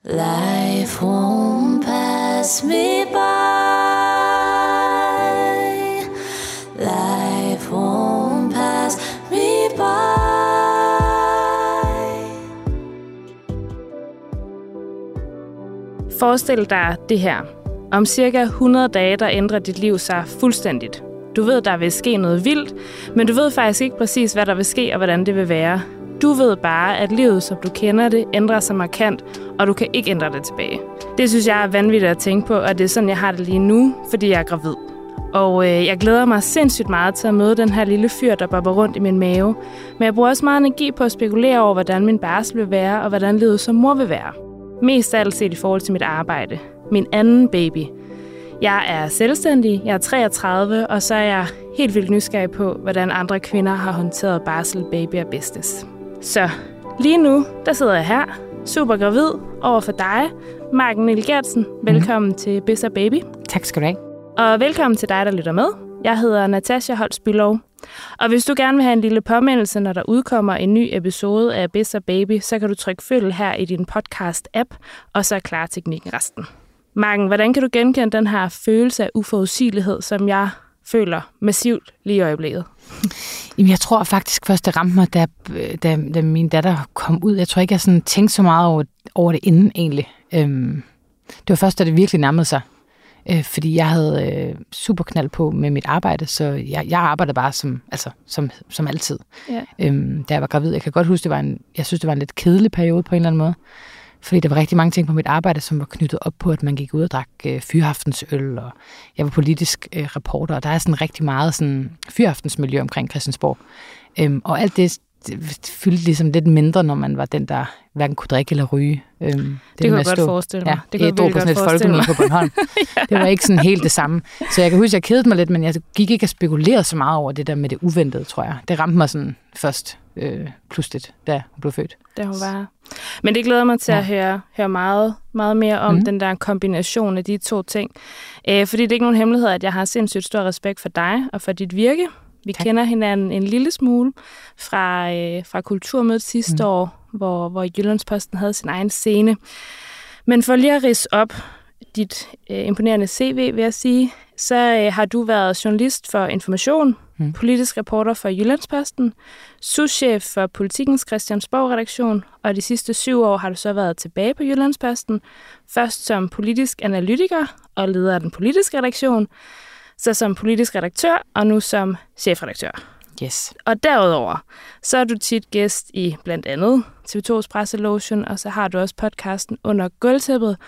Life won't pass me by. Life won't pass me by. Forestil dig det her. Om cirka 100 dage, der ændrer dit liv sig fuldstændigt. Du ved, der vil ske noget vildt, men du ved faktisk ikke præcis, hvad der vil ske og hvordan det vil være. Du ved bare, at livet, som du kender det, ændrer sig markant, og du kan ikke ændre det tilbage. Det synes jeg er vanvittigt at tænke på, og det er sådan, jeg har det lige nu, fordi jeg er gravid. Og jeg glæder mig sindssygt meget til at møde den her lille fyr, der bobber rundt i min mave. Men jeg bruger også meget energi på at spekulere over, hvordan min barsel vil være, og hvordan livet som mor vil være. Mest af alt set i forhold til mit arbejde. Min anden baby. Jeg er selvstændig, jeg er 33, og så er jeg helt vildt nysgerrig på, hvordan andre kvinder har håndteret barsel, baby og business. Så lige nu, der sidder jeg her, super gravid, over for dig, Marken Niel Gertsen. Velkommen til Biz og Baby. Tak skal du have. Og velkommen til dig, der lytter med. Jeg hedder Natasha Holst Bülow. Og hvis du gerne vil have en lille påmindelse, når der udkommer en ny episode af Biz og Baby, så kan du trykke følg her i din podcast-app, og så er klar teknikken resten. Marken, hvordan kan du genkende den her følelse af uforudsigelighed, som jeg føler massivt lige i øjeblikket? Jamen, jeg tror faktisk først, det ramte mig, da min datter kom ud. Jeg tror ikke, jeg sådan tænkte så meget over det inden egentlig. Det var først, da det virkelig nærmede sig. Fordi jeg havde super knald på med mit arbejde, så jeg arbejdede bare som altid. Ja. Da jeg var gravid. Jeg kan godt huske, jeg synes, det var en lidt kedelig periode på en eller anden måde. Fordi der var rigtig mange ting på mit arbejde, som var knyttet op på, at man gik ud og drak fyraftensøl, og jeg var politisk reporter, og der er sådan rigtig meget sådan fyraftensmiljø omkring Christiansborg. Og alt det fyldte ligesom lidt mindre, når man var den, der hverken kunne drikke eller ryge. Det kunne jeg godt forestille mig. Ja, det kunne jeg godt forestille mig. På Bornholm. Ja. Det var ikke sådan helt det samme. Så jeg kan huske, at jeg kedede mig lidt, men jeg gik ikke og spekulere så meget over det der med det uventede, tror jeg. Det ramte mig sådan først pludseligt, da hun blev født. Det hun var. Men det glæder mig til at høre meget, meget mere om den der kombination af de to ting. Fordi det er ikke nogen hemmelighed, at jeg har sindssygt stor respekt for dig og for dit virke. Vi kender hinanden en lille smule fra Kulturmødet sidste år, hvor Jyllandsposten havde sin egen scene. Men for lige at ridse op dit imponerende CV, vil jeg sige, så har du været journalist for Information, politisk reporter for Jyllandsposten, souschef for Politikens Christiansborg-redaktion, og de sidste 7 år har du så været tilbage på Jyllandsposten, først som politisk analytiker og leder af den politiske redaktion, så som politisk redaktør og nu som chefredaktør. Yes. Og derudover, så er du tit gæst i blandt andet TV2's Presselotion, og så har du også podcasten Under Gulvtæppet.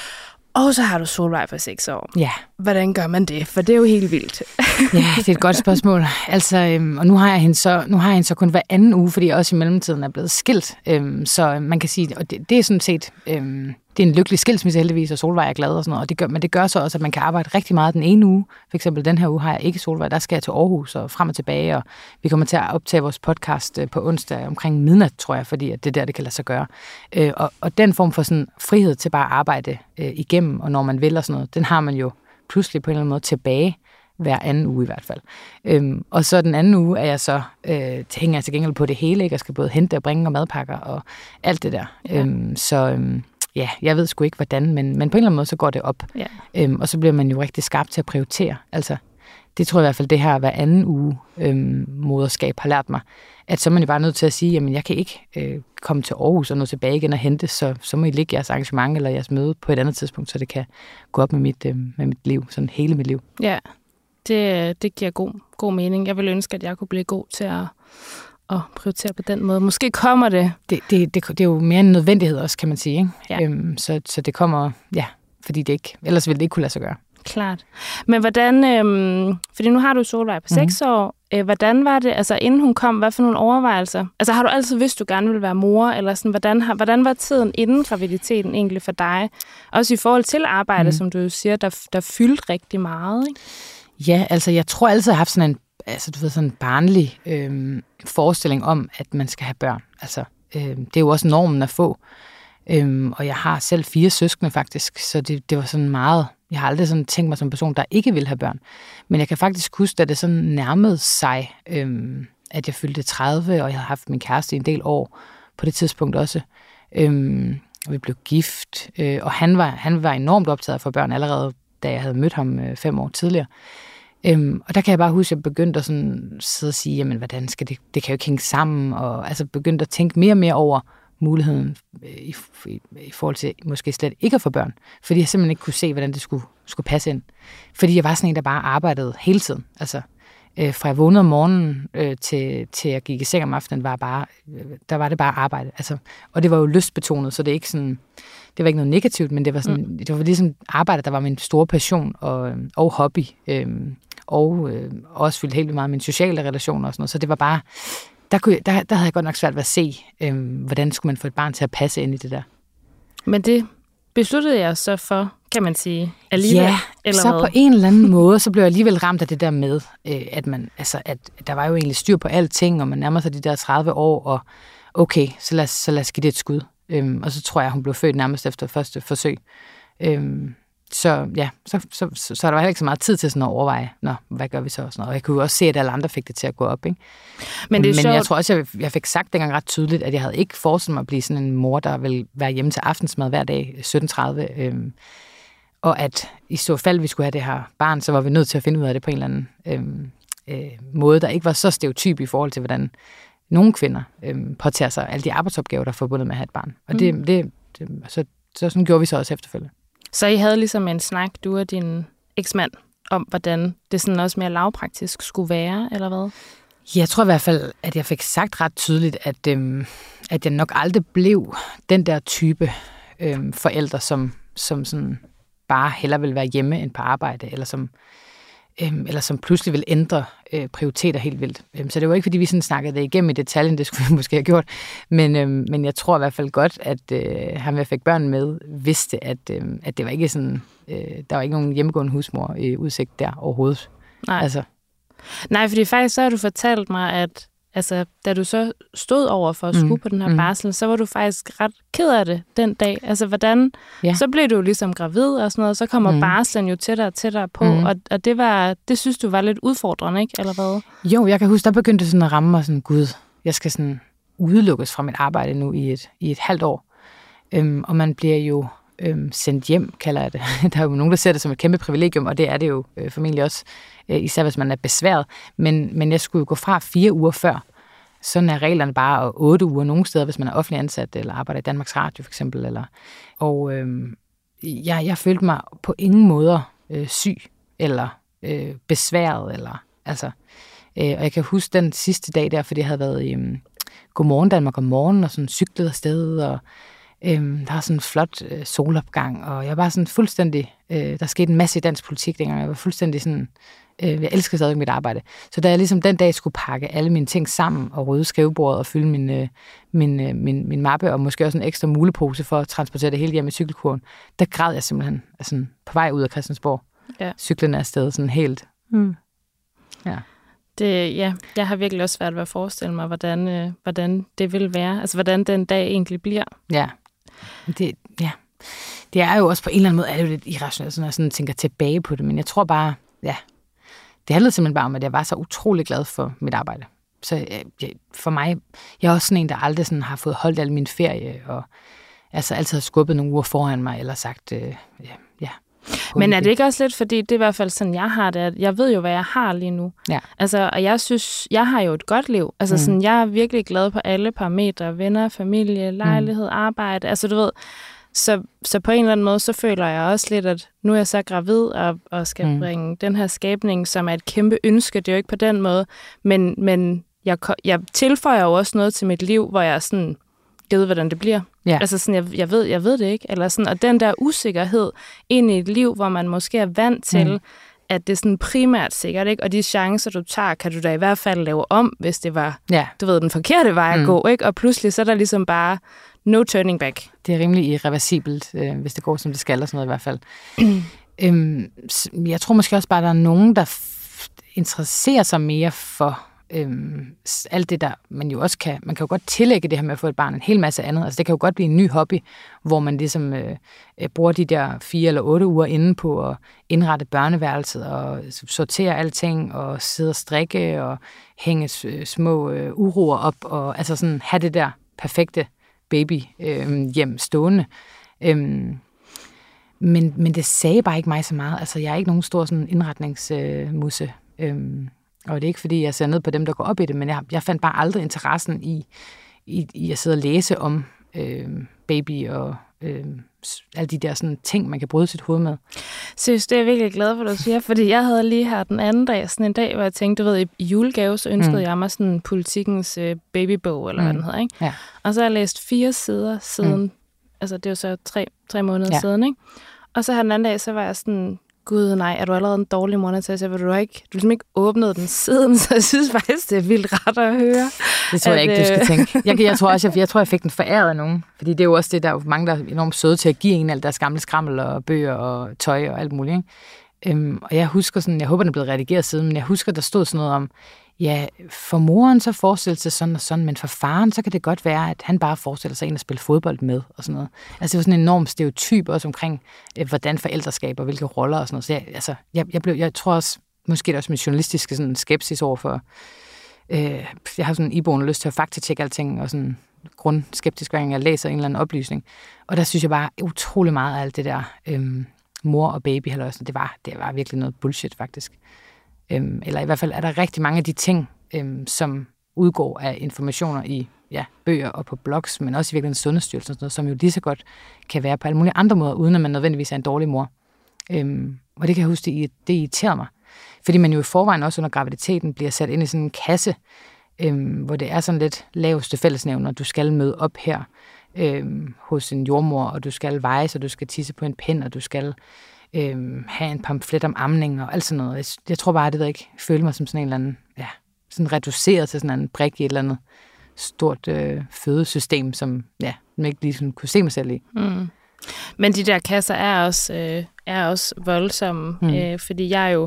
Og så har du Solvej for 6 år. Ja. Hvordan gør man det? For det er jo helt vildt. Ja, det er et godt spørgsmål. Altså, og nu har jeg hende så kun hver anden uge, fordi jeg også i mellemtiden er blevet skilt. Så man kan sige, og det er sådan set, det er en lykkelig skilsmisse heldigvis, og Solvej er glad og sådan noget. Men det gør så også, at man kan arbejde rigtig meget den ene uge. For eksempel den her uge har jeg ikke Solvej, der skal jeg til Aarhus og frem og tilbage, og vi kommer til at optage vores podcast på onsdag omkring midnat, tror jeg, fordi at det der, det kan lade sig gøre. Og den form for sådan frihed til bare at arbejde igennem, og når man vil og sådan noget, den har man jo pludselig på en eller anden måde tilbage hver anden uge i hvert fald. Og så den anden uge er jeg så, hænger jeg til gengæld på det hele, ikke? Jeg skal både hente og bringe og madpakker og alt det der. Ja. Ja, jeg ved sgu ikke hvordan, men på en eller anden måde så går det op. Ja. Og så bliver man jo rigtig skarp til at prioritere. Altså, det tror jeg i hvert fald, det her hver anden uge moderskab har lært mig, at så er man jo bare nødt til at sige, jamen jeg kan ikke komme til Aarhus og nå tilbage igen og hente, så må I lægge jeres arrangement eller jeres møde på et andet tidspunkt, så det kan gå op med mit liv, sådan hele mit liv. Ja, det giver god mening. Jeg vil ønske, at jeg kunne blive god til at prioritere på den måde. Måske kommer det. Det er jo mere en nødvendighed også, kan man sige. Ikke? Ja. Så det kommer, ja, fordi det ikke, ellers ville det ikke kunne lade sig gøre. Klart. Men hvordan, fordi nu har du Solvej på 6 år, hvordan var det, altså inden hun kom, hvad for nogle overvejelser? Altså har du altid vidst, du gerne ville være mor, eller sådan, hvordan var tiden inden graviditeten egentlig for dig? Også i forhold til arbejde, som du siger, der fyldte rigtig meget, ikke? Ja, altså jeg tror altid, jeg har haft sådan en barnlig forestilling om, at man skal have børn. Altså, det er jo også normen at få. Og jeg har selv 4 søskende faktisk, så det var sådan meget. Jeg har aldrig sådan tænkt mig som en person, der ikke vil have børn. Men jeg kan faktisk huske, at det sådan nærmede sig, at jeg fyldte 30, og jeg havde haft min kæreste i en del år på det tidspunkt også. vi blev gift, og han var enormt optaget for børn allerede, da jeg havde mødt ham 5 år tidligere. Og der kan jeg bare huske, at jeg begyndte at sådan sidde og sige, jamen hvordan skal det kan jo ikke hænge sammen, og altså begyndte at tænke mere og mere over muligheden i forhold til måske slet ikke at få børn, fordi jeg simpelthen ikke kunne se, hvordan det skulle passe ind. Fordi jeg var sådan en, der bare arbejdede hele tiden. Altså fra jeg vågnede om morgenen til jeg gik i seng om aftenen, der var det bare arbejde. Altså, og det var jo lystbetonet, så det er ikke sådan, det var ikke noget negativt, men det var sådan, det var ligesom arbejde, der var min store passion og hobby, og også fyldt helt vildt meget mine sociale relationer og sådan noget. Så det var bare, der havde jeg godt nok svært ved at se, hvordan skulle man få et barn til at passe ind i det der. Men det besluttede jeg så for, kan man sige, alligevel? Ja, eller så hvad? på en eller anden måde, så blev jeg alligevel ramt af det der med, at der var jo egentlig styr på alting, og man nærmer sig de der 30 år, og okay, så lad os give det et skud. Og så tror jeg, hun blev født nærmest efter første forsøg. Så der var heller ikke så meget tid til sådan at overveje, hvad gør vi så? Og sådan noget. Og jeg kunne jo også se, at alle andre fik det til at gå op, ikke? Men jeg tror også, jeg fik sagt dengang ret tydeligt, at jeg havde ikke forestillet mig at blive sådan en mor, der ville være hjemme til aftensmad hver dag 17:30. Og at i så fald, vi skulle have det her barn, så var vi nødt til at finde ud af det på en eller anden måde, der ikke var så stereotyp i forhold til, hvordan nogle kvinder påtager sig alle de arbejdsopgaver, der er forbundet med at have et barn. Og så sådan gjorde vi så også efterfølgende. Så I havde ligesom en snak, du og din eksmand, om hvordan det sådan også mere lavpraktisk skulle være, eller hvad? Jeg tror i hvert fald, at jeg fik sagt ret tydeligt, at jeg nok aldrig blev den der type forældre, som sådan bare hellere vil være hjemme end på arbejde, eller som pludselig vil ændre prioriteter helt vildt. Så det var ikke, fordi vi sådan snakkede det igennem i detaljen, det skulle vi måske have gjort, men jeg tror i hvert fald godt, at ham, jeg fik børn med, vidste, at det var ikke sådan, der var ikke nogen hjemmegående husmor i udsigt der overhovedet. Nej. Altså. Nej, fordi faktisk så har du fortalt mig, at altså, da du så stod over for at skulle på den her barsel, så var du faktisk ret ked af det den dag. Altså, hvordan... Ja. Så blev du ligesom gravid og sådan noget, så kommer barslen jo tættere og tættere på, og det synes du var lidt udfordrende, ikke? Eller hvad? Jo, jeg kan huske, der begyndte sådan at ramme mig sådan, gud, jeg skal sådan udelukkes fra mit arbejde nu i et halvt år. Og man bliver jo sendt hjem, kalder jeg det. Der er jo nogen, der ser det som et kæmpe privilegium, og det er det jo formentlig også, især hvis man er besværet. Men jeg skulle jo gå fra 4 uger før. Sådan er reglerne bare 8 uger nogle steder, hvis man er offentlig ansat, eller arbejder i Danmarks Radio for eksempel. Og jeg følte mig på ingen måder syg, eller besværet. Og jeg kan huske den sidste dag der, fordi jeg havde været i Godmorgen Danmark om morgenen, og sådan cyklet afsted, og der var sådan en flot solopgang, og jeg var sådan fuldstændig, der skete en masse i dansk politik dengang, jeg var fuldstændig sådan, jeg elskede stadig mit arbejde. Så da jeg ligesom den dag skulle pakke alle mine ting sammen, og rydde skrivebordet, og fylde min mappe, og måske også en ekstra mulepose for at transportere det hele hjem i cykelkurven, der græd jeg simpelthen sådan, på vej ud af Christiansborg. Ja. Cyklen er afsted sådan helt. Ja. Jeg har virkelig også svært ved at forestille mig, hvordan det vil være. Altså, hvordan den dag egentlig bliver. Ja. Det er jo også på en eller anden måde, er det jo lidt irrationelt, når jeg sådan tænker tilbage på det, men jeg tror bare, det handlede simpelthen bare om, at jeg var så utrolig glad for mit arbejde. Så for mig, jeg er også sådan en, der aldrig sådan har fået holdt al min ferie, og altså altid har skubbet nogle uger foran mig, eller sagt, Men er det ikke også lidt, fordi det er i hvert fald sådan, jeg har det, at jeg ved jo, hvad jeg har lige nu. Ja. Altså, og jeg synes, jeg har jo et godt liv. Altså, sådan, jeg er virkelig glad på alle parametre, venner, familie, lejlighed, arbejde. Altså, du ved, så på en eller anden måde, så føler jeg også lidt, at nu er jeg så gravid og skal bringe den her skabning, som er et kæmpe ønske. Det er jo ikke på den måde, men jeg tilføjer jo også noget til mit liv, hvor jeg sådan ved, hvordan det bliver. Ja. Altså sådan, jeg ved det ikke. Eller sådan, og den der usikkerhed ind i et liv, hvor man måske er vant til, at det er sådan primært sikkert, ikke? Og de chancer, du tager, kan du da i hvert fald lave om, hvis det var, du ved, den forkerte vej at gå, ikke? Og pludselig så er der ligesom bare no turning back. Det er rimelig irreversibelt, hvis det går, som det skal, og sådan noget i hvert fald. Jeg tror måske også bare, at der er nogen, der interesserer sig mere for alt det der, man jo også man kan jo godt tillægge det her med at få et barn en hel masse andet. Altså det kan jo godt blive en ny hobby, hvor man ligesom bruger de der 4 eller 8 uger inde på at indrette børneværelset og sortere alting og sidde og strikke og hænge små uroer op og altså sådan have det der perfekte baby hjem stående. Men det sagde bare ikke mig så meget. Altså, jeg er ikke nogen stor sådan indretningsmusse. Og det er ikke, fordi jeg ser ned på dem, der går op i det, men jeg fandt bare aldrig interessen i at sidde og læse om baby og alle de der sådan ting, man kan bryde sit hoved med. Seriøst, det er jeg virkelig glad for, at du siger, fordi jeg havde lige her den anden dag, sådan en dag, hvor jeg tænkte, du ved, i julegave, så ønskede jeg mig sådan Politikens babybog, eller hvad den hedder, ikke? Ja. Og så har jeg læst 4 sider siden, altså det er jo så 3 måneder siden, ikke? Og så her den anden dag, så var jeg sådan, gud nej, er du allerede en dårlig mor, Natasja? Du har ligesom ikke åbnet den siden, så jeg synes faktisk, det er vildt rart at høre. Det tror jeg ikke, du skal tænke. Jeg tror, jeg fik den foræret af nogen, fordi det er jo også det, der er jo mange, der er enormt søde til at give en alt deres gamle skrammel og bøger og tøj og alt muligt, ikke? Og jeg husker sådan, jeg håber, den er blevet redigeret siden, men jeg husker, der stod sådan noget om, ja, for moren så forestiller sig sådan og sådan, men for faren, så kan det godt være, at han bare forestiller sig en at spille fodbold med, og sådan noget. Altså, det var sådan en enorm stereotyp også omkring, hvordan forældreskab og hvilke roller og sådan noget. Så jeg tror også, måske også med journalistiske sådan skepsis overfor, jeg har sådan iboende lyst til at faktatjekke alting, og sådan grundskeptisk, hver gang jeg læser en eller anden oplysning. Og der synes jeg bare utrolig meget af alt det der mor og baby, det var virkelig noget bullshit, faktisk. Eller i hvert fald er der rigtig mange af de ting, som udgår af informationer i bøger og på blogs, men også i virkeligheden Sundhedsstyrelsen, noget, som jo lige så godt kan være på alle mulige andre måder, uden at man nødvendigvis er en dårlig mor. Og det kan jeg huske, det irriterer mig. Fordi man jo i forvejen også under graviditeten bliver sat ind i sådan en kasse, hvor det er sådan lidt laveste fællesnævner. Du skal møde op her hos en jordmor, og du skal vejes, og du skal tisse på en pind, og du skal have en pamflet om amning og alt sådan noget. Jeg tror bare, det ved ikke, føler mig som sådan en eller anden, sådan reduceret til sådan en brik i et eller andet stort fødesystem, som jeg ikke lige sådan kunne se mig selv i. Men de der kasser er også voldsomme, fordi jeg er jo,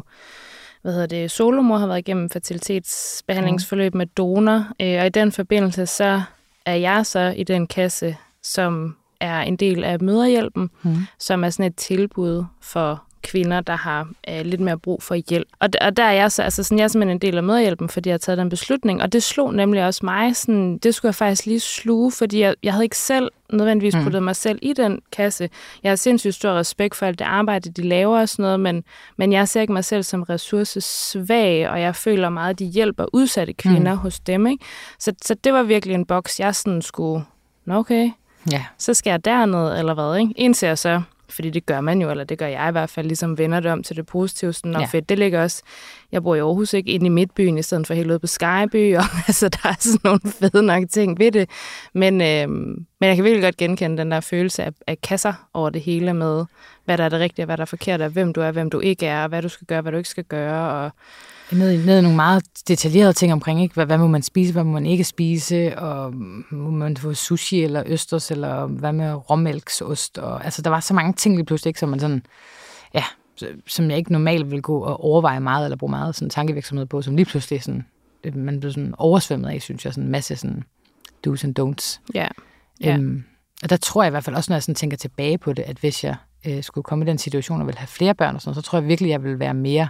solomor, har været igennem fertilitetsbehandlingsforløb med donor, og i den forbindelse, så er jeg så i den kasse, som er en del af Mødrehjælpen, som er sådan et tilbud for kvinder, der har lidt mere brug for hjælp. Og der er jeg så, altså sådan, jeg er simpelthen en del af Mødrehjælpen, fordi jeg har taget den beslutning, og det slog nemlig også mig, sådan, det skulle jeg faktisk lige sluge, fordi jeg havde ikke selv nødvendigvis puttet mig selv i den kasse. Jeg har sindssygt stor respekt for alt det arbejde, de laver og sådan noget, men jeg ser ikke mig selv som ressourcesvag, og jeg føler meget, at de hjælper udsatte kvinder hos dem, ikke? Så det var virkelig en boks, jeg sådan skulle, okay, så skal jeg derned, eller hvad, ikke? Indser jeg så, fordi det gør man jo, eller det gør jeg i hvert fald, ligesom vender det om til det positive. Sådan, fedt, det ligger også, jeg bor i Aarhus, ikke, inde i midtbyen, i stedet for helt ude på Skyby, og altså, der er sådan nogle fede nok ting ved det. Men jeg kan virkelig godt genkende den der følelse af kasser over det hele med, hvad der er det rigtige, hvad der er forkert, og hvem du er, hvem du ikke er, og hvad du skal gøre, hvad du ikke skal gøre, og ned i nogle meget detaljerede ting omkring, ikke? Hvad må man spise, hvad må man ikke spise, og må man få sushi eller østers, eller hvad med råmælksost, og altså der var så mange ting lige pludselig, ikke, som man sådan, som jeg ikke normalt ville gå og overveje meget, eller bruge meget sådan tankevirksomhed på, som lige pludselig sådan, man blev sådan oversvømmet af, synes jeg, sådan en masse sådan do's and don'ts. Og der tror jeg i hvert fald også, når jeg sådan tænker tilbage på det, at hvis jeg skulle komme i den situation og ville have flere børn og sådan, så tror jeg virkelig, jeg ville være mere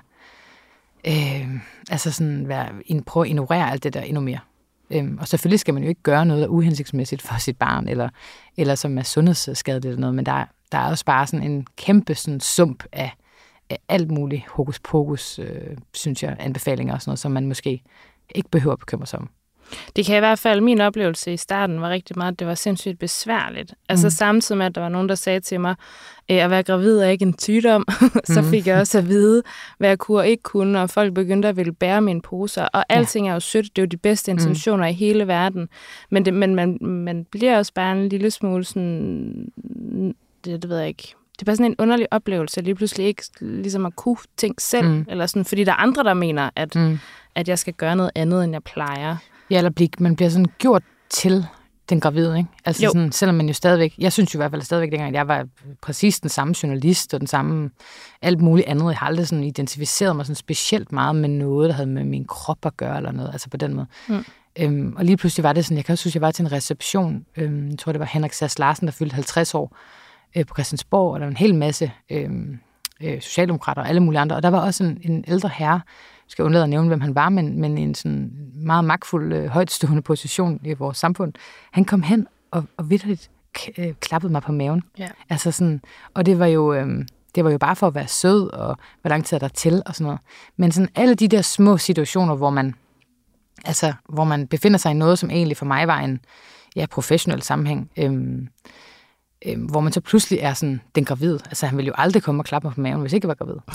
altså sådan prøve at ignorere alt det der endnu mere. Og selvfølgelig skal man jo ikke gøre noget, der er uhensigtsmæssigt for sit barn, eller som er sundhedsskadeligt eller noget, men der er også bare sådan en kæmpe sådan sump af alt muligt hokus pokus, synes jeg, anbefalinger og sådan noget, som man måske ikke behøver at bekymre sig om. Det kan i hvert fald, min oplevelse i starten var rigtig meget, at det var sindssygt besværligt. Altså samtidig med, at der var nogen, der sagde til mig, at være gravid er ikke en sygdom, så fik jeg også at vide, hvad jeg kunne og ikke kunne, og folk begyndte at ville bære mine poser, og alting er jo sødt, det er jo de bedste intentioner i hele verden, men man bliver også bare en lille smule sådan, det ved jeg ikke, det er bare sådan en underlig oplevelse, at lige pludselig ikke ligesom at kunne ting selv, eller sådan, fordi der er andre, der mener, at jeg skal gøre noget andet, end jeg plejer. Ja, eller man bliver sådan gjort til den gravide, ikke? Altså sådan, selvom man jo stadigvæk, jeg synes jo i hvert fald stadigvæk dengang, at jeg var præcis den samme journalist, og den samme alt muligt andet. Jeg har aldrig sådan identificeret mig sådan specielt meget med noget, der havde med min krop at gøre, eller noget, altså på den måde. Og lige pludselig var det sådan, jeg kan også huske, jeg var til en reception, jeg tror det var Henrik Sass Larsen, der fyldte 50 år på Christiansborg, og der var en hel masse socialdemokrater og alle mulige andre, og der var også en ældre herre, jeg skal undlade at nævne, hvem han var, men en sådan meget magtfuld, højtstående position i vores samfund. Han kom hen og vitterligt klappede mig på maven. Ja. Altså sådan, og det var jo bare for at være sød, og hvor lang tid er der til, og sådan noget. Men sådan alle de der små situationer, hvor man befinder sig i noget, som egentlig for mig var en professionel sammenhæng, hvor man så pludselig er sådan, den gravid. Altså, han ville jo aldrig komme og klappe mig på maven, hvis ikke jeg var gravid.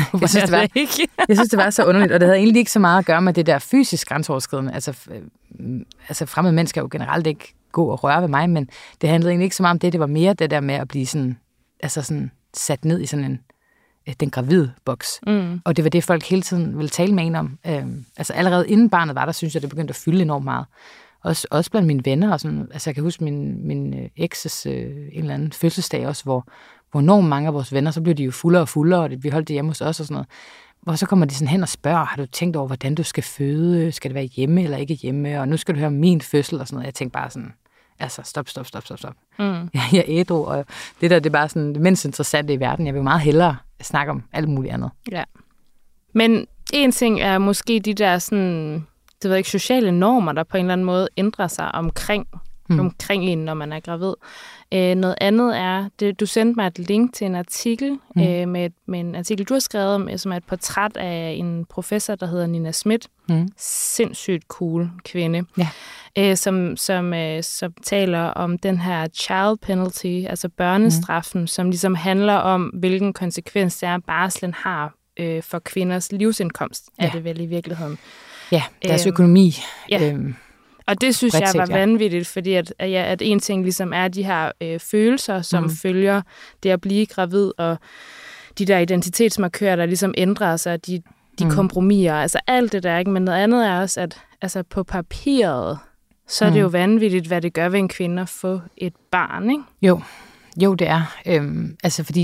Jeg synes, det var så underligt, og det havde egentlig ikke så meget at gøre med det der fysisk grænseoverskridende. Altså fremmede mennesker jo generelt ikke gå og røre ved mig, men det handlede egentlig ikke så meget om det. Det var mere det der med at blive sådan sat ned i sådan den gravide boks. Og det var det, folk hele tiden ville tale med en om. Altså allerede inden barnet var der, synes jeg, det begyndte at fylde enormt meget. Også blandt mine venner. Og sådan, altså jeg kan huske min ekses en eller anden fødselsdag også, hvor enormt mange af vores venner, så blev de jo fuldere og fuldere, og vi holdt det hjemme hos os og sådan noget. Og så kommer de sådan hen og spørger, har du tænkt over, hvordan du skal føde? Skal det være hjemme eller ikke hjemme? Og nu skal du høre min fødsel og sådan noget. Jeg tænkte bare sådan, altså stop. Jeg er ædru, og det er bare sådan det mindst interessante i verden. Jeg vil meget hellere snakke om alt muligt andet. Ja. Men en ting er måske de der sådan, det ved ikke, sociale normer, der på en eller anden måde ændrer sig omkring en, når man er gravid. Noget andet er, du sendte mig et link til en artikel, med en artikel, du har skrevet, som er et portræt af en professor, der hedder Nina Smith. Sindssygt cool kvinde. Ja. Som taler om den her child penalty, altså børnestraffen, som ligesom handler om, hvilken konsekvens det er, barslen har for kvinders livsindkomst, er det vel i virkeligheden. Ja, deres økonomi. Ja. Og det synes jeg var vanvittigt, fordi at en ting ligesom er de her følelser, som følger det at blive gravid, og de der identitetsmarkører, der ligesom ændrer sig, de kompromiser, altså alt det der, ikke? Men noget andet er også, at altså på papiret, så er det jo vanvittigt, hvad det gør ved en kvinde at få et barn, ikke? Jo, det er. Altså fordi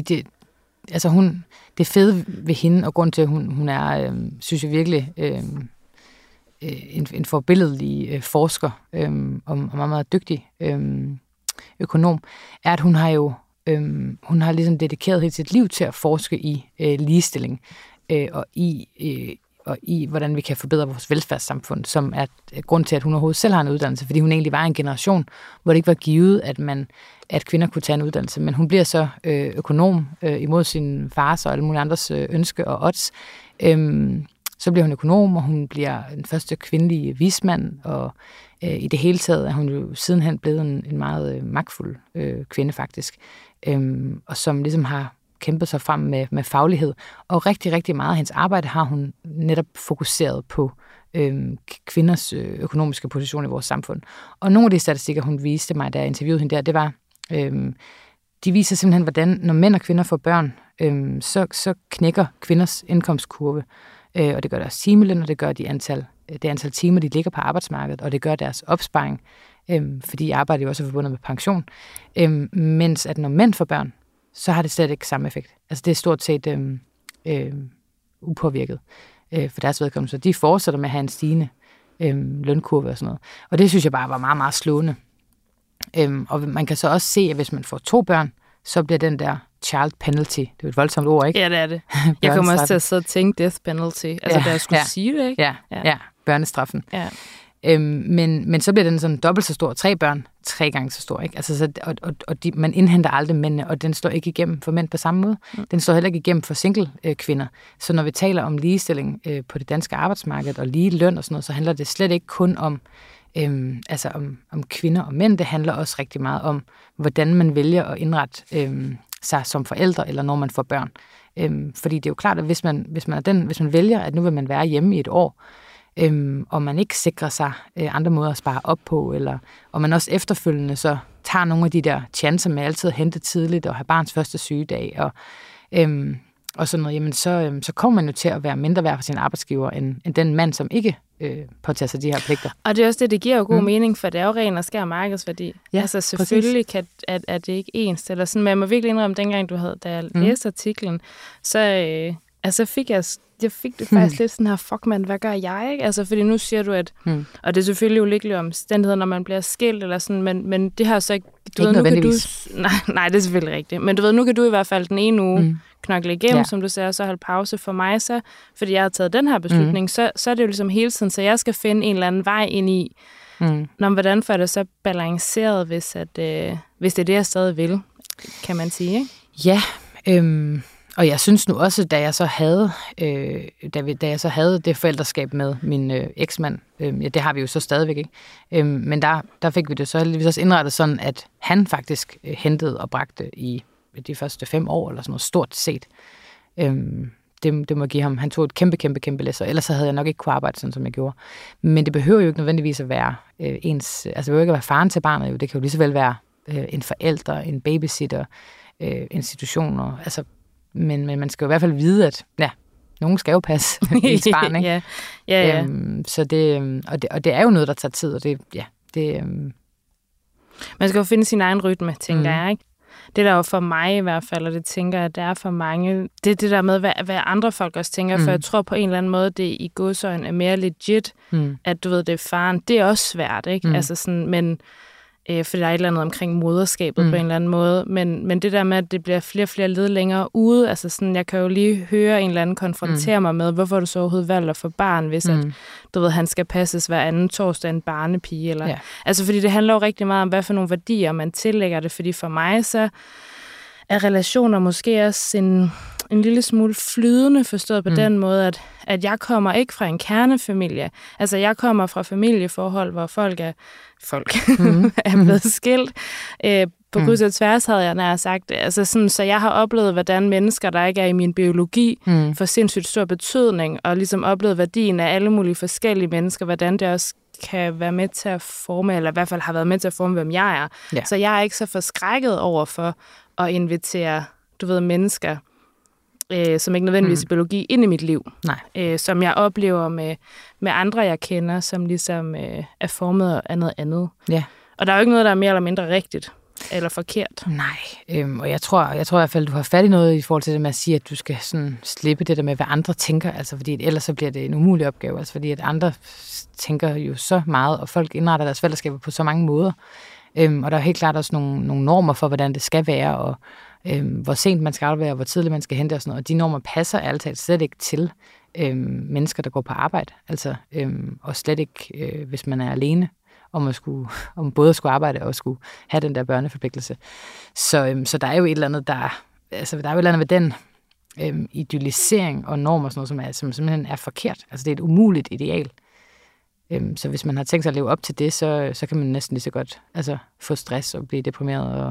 det fede ved hende, og grund til, at hun er, synes jeg virkelig, en forbilledlig forsker og meget, meget dygtig økonom, er, at hun har ligesom dedikeret hele sit liv til at forske i ligestilling og i, hvordan vi kan forbedre vores velfærdssamfund, som er grund til, at hun overhovedet selv har en uddannelse, fordi hun egentlig var en generation, hvor det ikke var givet, at kvinder kunne tage en uddannelse. Men hun bliver så økonom imod sin fars og alle mulige andres ønske og odds. Så bliver hun økonom, og hun bliver den første kvindelige vismand, og i det hele taget er hun jo sidenhen blevet en meget magtfuld kvinde faktisk, og som ligesom har kæmpet sig frem med faglighed. Og rigtig, rigtig meget af hendes arbejde har hun netop fokuseret på kvinders økonomiske position i vores samfund. Og nogle af de statistikker, hun viste mig, da jeg interviewede hende der, det var, de viser simpelthen, hvordan når mænd og kvinder får børn, så knækker kvinders indkomstkurve. Og det gør deres timeløn, og det gør det antal timer, de ligger på arbejdsmarkedet, og det gør deres opsparing, fordi arbejde jo også er forbundet med pension. Mens at når mænd får børn, så har det slet ikke samme effekt. Altså det er stort set upåvirket for deres vedkommende, så de fortsætter med at have en stigende lønkurve og sådan noget. Og det synes jeg bare var meget, meget slående. Og man kan så også se, at hvis man får 2 børn, så bliver den der child penalty. Det er jo et voldsomt ord, ikke? Ja, det er det. Jeg kommer også til at sidde og tænke death penalty. Altså, da jeg skulle sige det, ikke? Ja, børnestraffen. Ja. Men så bliver den sådan dobbelt så stor. 3 børn, 3 gange så stor, ikke? Altså, man indhenter aldrig mændene, og den står ikke igennem for mænd på samme måde. Den står heller ikke igennem for single kvinder. Så når vi taler om ligestilling på det danske arbejdsmarked og lige løn og sådan noget, så handler det slet ikke kun om om kvinder og mænd. Det handler også rigtig meget om, hvordan man vælger at indrette sig som forældre, eller når man får børn. Fordi det er jo klart, at hvis man vælger, at nu vil man være hjemme i et år, og man ikke sikrer sig andre måder at spare op på, og man også efterfølgende så tager nogle af de der chancer med altid at hente tidligt og have barns første sygedag, og sådan noget, jamen så kommer man jo til at være mindre værd for sin arbejdsgiver, end den mand, som ikke påtager sig de her pligter. Og det er også det giver jo god mening, for det er jo ren og skær markedsværdi. Ja, altså selvfølgelig er det ikke ens, eller sådan, men jeg må virkelig indrømme, dengang da jeg læste artiklen, så fik jeg fik det faktisk lidt sådan her, fuck man, hvad gør jeg, ikke? Altså, fordi nu siger du, at, og det er selvfølgelig ulykkelige omstændigheder, når man bliver skilt, eller sådan, men det har så ikke, du ved, nu kan du, nej, det er selvfølgelig rigtigt, men du ved, nu kan du i hvert fald den ene uge knokle igennem, som du siger, og så holde pause for mig, så, fordi jeg har taget den her beslutning, så er det jo ligesom hele tiden, så jeg skal finde en eller anden vej ind i, Nå, hvordan får det så balanceret, hvis det er det, jeg stadig vil, kan man sige, ikke? Ja, og jeg synes nu også, da jeg så havde det forældreskab med min eksmand, det har vi jo så stadigvæk, ikke? Men der fik vi det så heldigvis også indrettet sådan, at han faktisk hentede og bragte i de første 5 år, eller sådan noget stort set. Det må give ham. Han tog et kæmpe læsser, ellers så havde jeg nok ikke kunne arbejde sådan, som jeg gjorde. Men det behøver jo ikke nødvendigvis at være ens, altså det behøver ikke at være faren til barnet, jo. Det kan jo lige så vel være en forælder, en babysitter, institutioner, altså, men man skal jo i hvert fald vide, at nogen skal jo passe ens barn, ikke? Ja. Så det er jo noget, der tager tid, og man skal jo finde sin egen rytme, tænker jeg, ikke? Det der jo for mig i hvert fald, og det tænker jeg, at det er for mange, det er det der med, hvad andre folk også tænker, for jeg tror på en eller anden måde, det i godsøjne er mere legit, at du ved, det er faren. Det er også svært, ikke? Altså sådan, men for der er et eller andet omkring moderskabet på en eller anden måde, men det der med, at det bliver flere og flere led længere ude, altså sådan, jeg kan jo lige høre en eller anden konfrontere mig med, hvorfor du så overhovedet valgt at få barn, hvis at, du ved, han skal passes hver anden torsdag en barnepige, eller, altså fordi det handler jo rigtig meget om, hvad for nogle værdier man tillægger det, fordi for mig så er relationer måske også en lille smule flydende, forstået på den måde, at jeg kommer ikke fra en kernefamilie. Altså, jeg kommer fra familieforhold, hvor folk er blevet skilt. På kryds og tværs havde jeg nær sagt. Altså, sådan, så jeg har oplevet, hvordan mennesker, der ikke er i min biologi, får sindssygt stor betydning, og ligesom oplevet værdien af alle mulige forskellige mennesker, hvordan det også kan være med til at forme, eller i hvert fald har været med til at forme, hvem jeg er. Ja. Så jeg er ikke så forskrækket over for at invitere, du ved, mennesker, som ikke nødvendigvis er biologi, ind i mit liv. Nej. Som jeg oplever med andre, jeg kender, som ligesom er formet af noget andet. Ja. Og der er jo ikke noget, der er mere eller mindre rigtigt eller forkert. Nej, og jeg tror i hvert fald, du har fat i noget i forhold til det med at sige, at du skal sådan slippe det der med, hvad andre tænker, altså fordi ellers så bliver det en umulig opgave, altså fordi at andre tænker jo så meget, og folk indretter deres fællesskaber på så mange måder. Og der er helt klart også nogle normer for, hvordan det skal være, og hvor sent man skal arbejde, og hvor tidligt man skal hente og sådan noget. Og de normer passer altid slet ikke til mennesker, der går på arbejde. Altså, og slet ikke, hvis man er alene, om både at skulle arbejde og skulle have den der børneforpligtelse. Så der er jo et eller andet, der er jo et eller andet ved den idealisering og normer og sådan noget, som simpelthen er forkert. Altså, det er et umuligt ideal. Så hvis man har tænkt sig at leve op til det, så kan man næsten lige så godt få stress og blive deprimeret og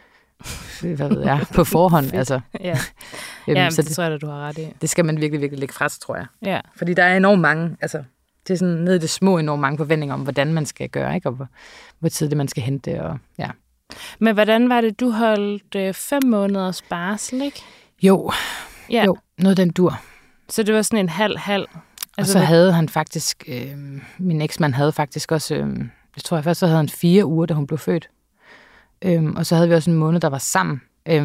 hvad ved jeg, på forhånd. Altså. Ja, så det tror jeg, du har ret i. Det skal man virkelig, virkelig lægge fra sig, tror jeg. Ja. Fordi der er enormt mange, det er sådan ned i det små enormt mange forventninger om, hvordan man skal gøre, ikke? Og hvor tidligt man skal hente. Og, ja. Men hvordan var det, du holdt 5 måneders barsel, ikke? Jo, noget den dur. Så det var sådan en halv. Og så havde han faktisk, min eksmand havde faktisk også, jeg tror først, så havde han 4 uger, da hun blev født. Og så havde vi også en måned, der var sammen.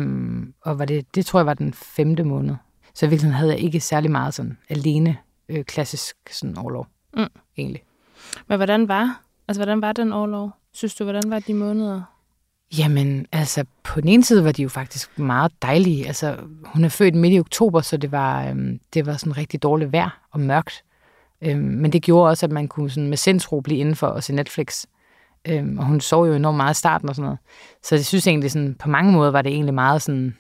Og det tror jeg var den 5. måned. Så i virkeligheden havde jeg ikke særlig meget sådan alene klassisk sådan orlov, egentlig. Men hvordan var den orlov? Synes du, hvordan var de måneder? Jamen, på den ene side var de jo faktisk meget dejlige. Altså, hun er født midt i oktober, så det var sådan rigtig dårligt vejr og mørkt. Men det gjorde også, at man kunne sådan med sindsro blive indenfor og se Netflix. Og hun sov jo enormt meget i starten og sådan noget. Så jeg synes egentlig, sådan, på mange måder var det egentlig meget sådan,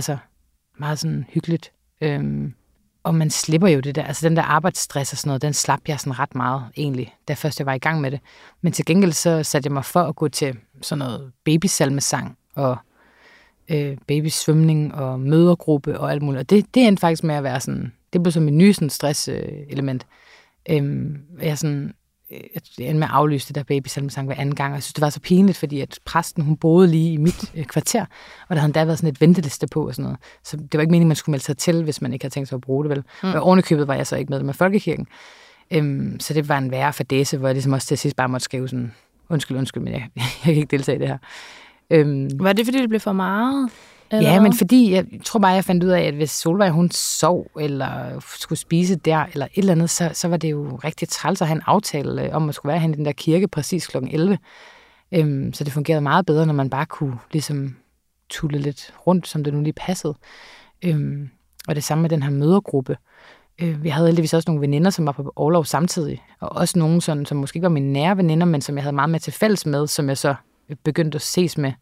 meget sådan hyggeligt. Og man slipper jo det der, den der arbejdsstress og sådan noget, den slap jeg sådan ret meget egentlig, da først jeg var i gang med det. Men til gengæld så satte jeg mig for at gå til sådan noget babysalmesang og babysvømning og mødergruppe og alt muligt. Og det endte faktisk med at være sådan, det blev så mit nye sådan stresselement. Jeg endte med at aflyse det der babysalmesang hver anden gang, og jeg synes, det var så pinligt, fordi at præsten, hun boede lige i mit kvarter, og der havde endda været sådan et venteliste på og sådan noget. Så det var ikke meningen, man skulle melde sig til, hvis man ikke havde tænkt sig at bruge det, vel. Og ovenikøbet var jeg så ikke medlem af Folkekirken. Så det var en værre fadæse, hvor jeg ligesom også til sidst bare måtte skrive sådan, undskyld, men jeg kan ikke deltage i det her. Var det, fordi det blev for meget? Eller? Ja, men fordi jeg tror bare, jeg fandt ud af, at hvis Solvej hun sov, eller skulle spise der, eller et eller andet, så var det jo rigtig træls at have en aftale om at skulle være hen i den der kirke præcis kl. 11. Så det fungerede meget bedre, når man bare kunne ligesom tulle lidt rundt, som det nu lige passede. Og det samme med den her mødergruppe. Vi havde heldigvis også nogle veninder, som var på orlov samtidig, og også nogle, sådan, som måske ikke var mine nære veninder, men som jeg havde meget med til fælles med, som jeg så begyndte at ses med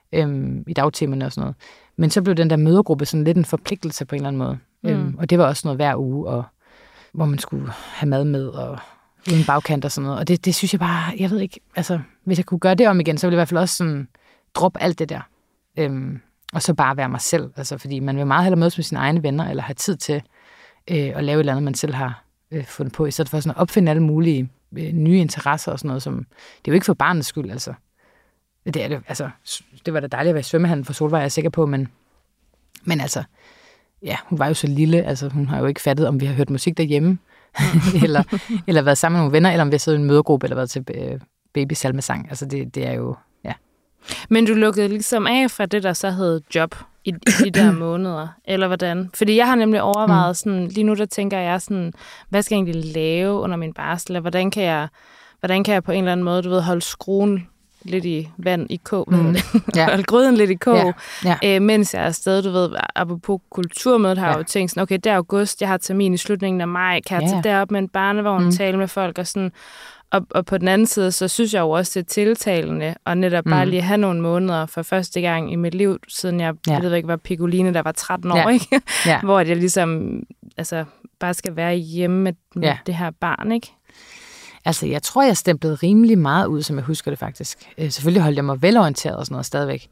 i dagtimerne og sådan noget. Men så blev den der mødergruppe sådan lidt en forpligtelse på en eller anden måde. Og det var også noget hver uge, og hvor man skulle have mad med, og uden bagkant og sådan noget. Og det synes jeg bare, jeg ved ikke, altså hvis jeg kunne gøre det om igen, så ville jeg i hvert fald også sådan droppe alt det der. Og så bare være mig selv. Altså fordi man vil meget hellere mødes med sine egne venner, eller have tid til at lave et eller andet, man selv har fundet på, i stedet for sådan at opfinde alle mulige nye interesser og sådan noget, som, det er jo ikke for barnets skyld, altså. Det er det, altså, det var da dejligt at være i svømmehallen for Solvej, jeg er sikker på, men altså, ja, hun var jo så lille, altså hun har jo ikke fattet, om vi har hørt musik derhjemme, eller været sammen med nogle venner, eller om vi har siddet i en mødegruppe, eller været til babysalmesang. Altså det er jo, ja. Men du lukkede ligesom af fra det, der så hed job i de der måneder, eller hvordan? Fordi jeg har nemlig overvejet sådan, lige nu der tænker jeg sådan, hvad skal jeg egentlig lave under min barsel, og hvordan kan jeg på en eller anden måde, du ved, holde skruen lidt i vand i kog, holde gryden lidt i kog, mens jeg er afsted, du ved, apropos kulturmødet har jeg jo tænkt sådan, okay, det er august, jeg har termin i slutningen af maj, kan jeg tage derop med en barnevogn, tale med folk og sådan, og på den anden side, så synes jeg jo også, det er tiltalende, og netop bare lige have nogle måneder for første gang i mit liv, siden jeg ved ikke, var Piccoline, der var 13 år, ikke? Hvor jeg ligesom, altså, bare skal være hjemme med det her barn, ikke? Altså, jeg tror, jeg stemplede rimelig meget ud, som jeg husker det faktisk. Selvfølgelig holdt jeg mig velorienteret og sådan noget stadigvæk.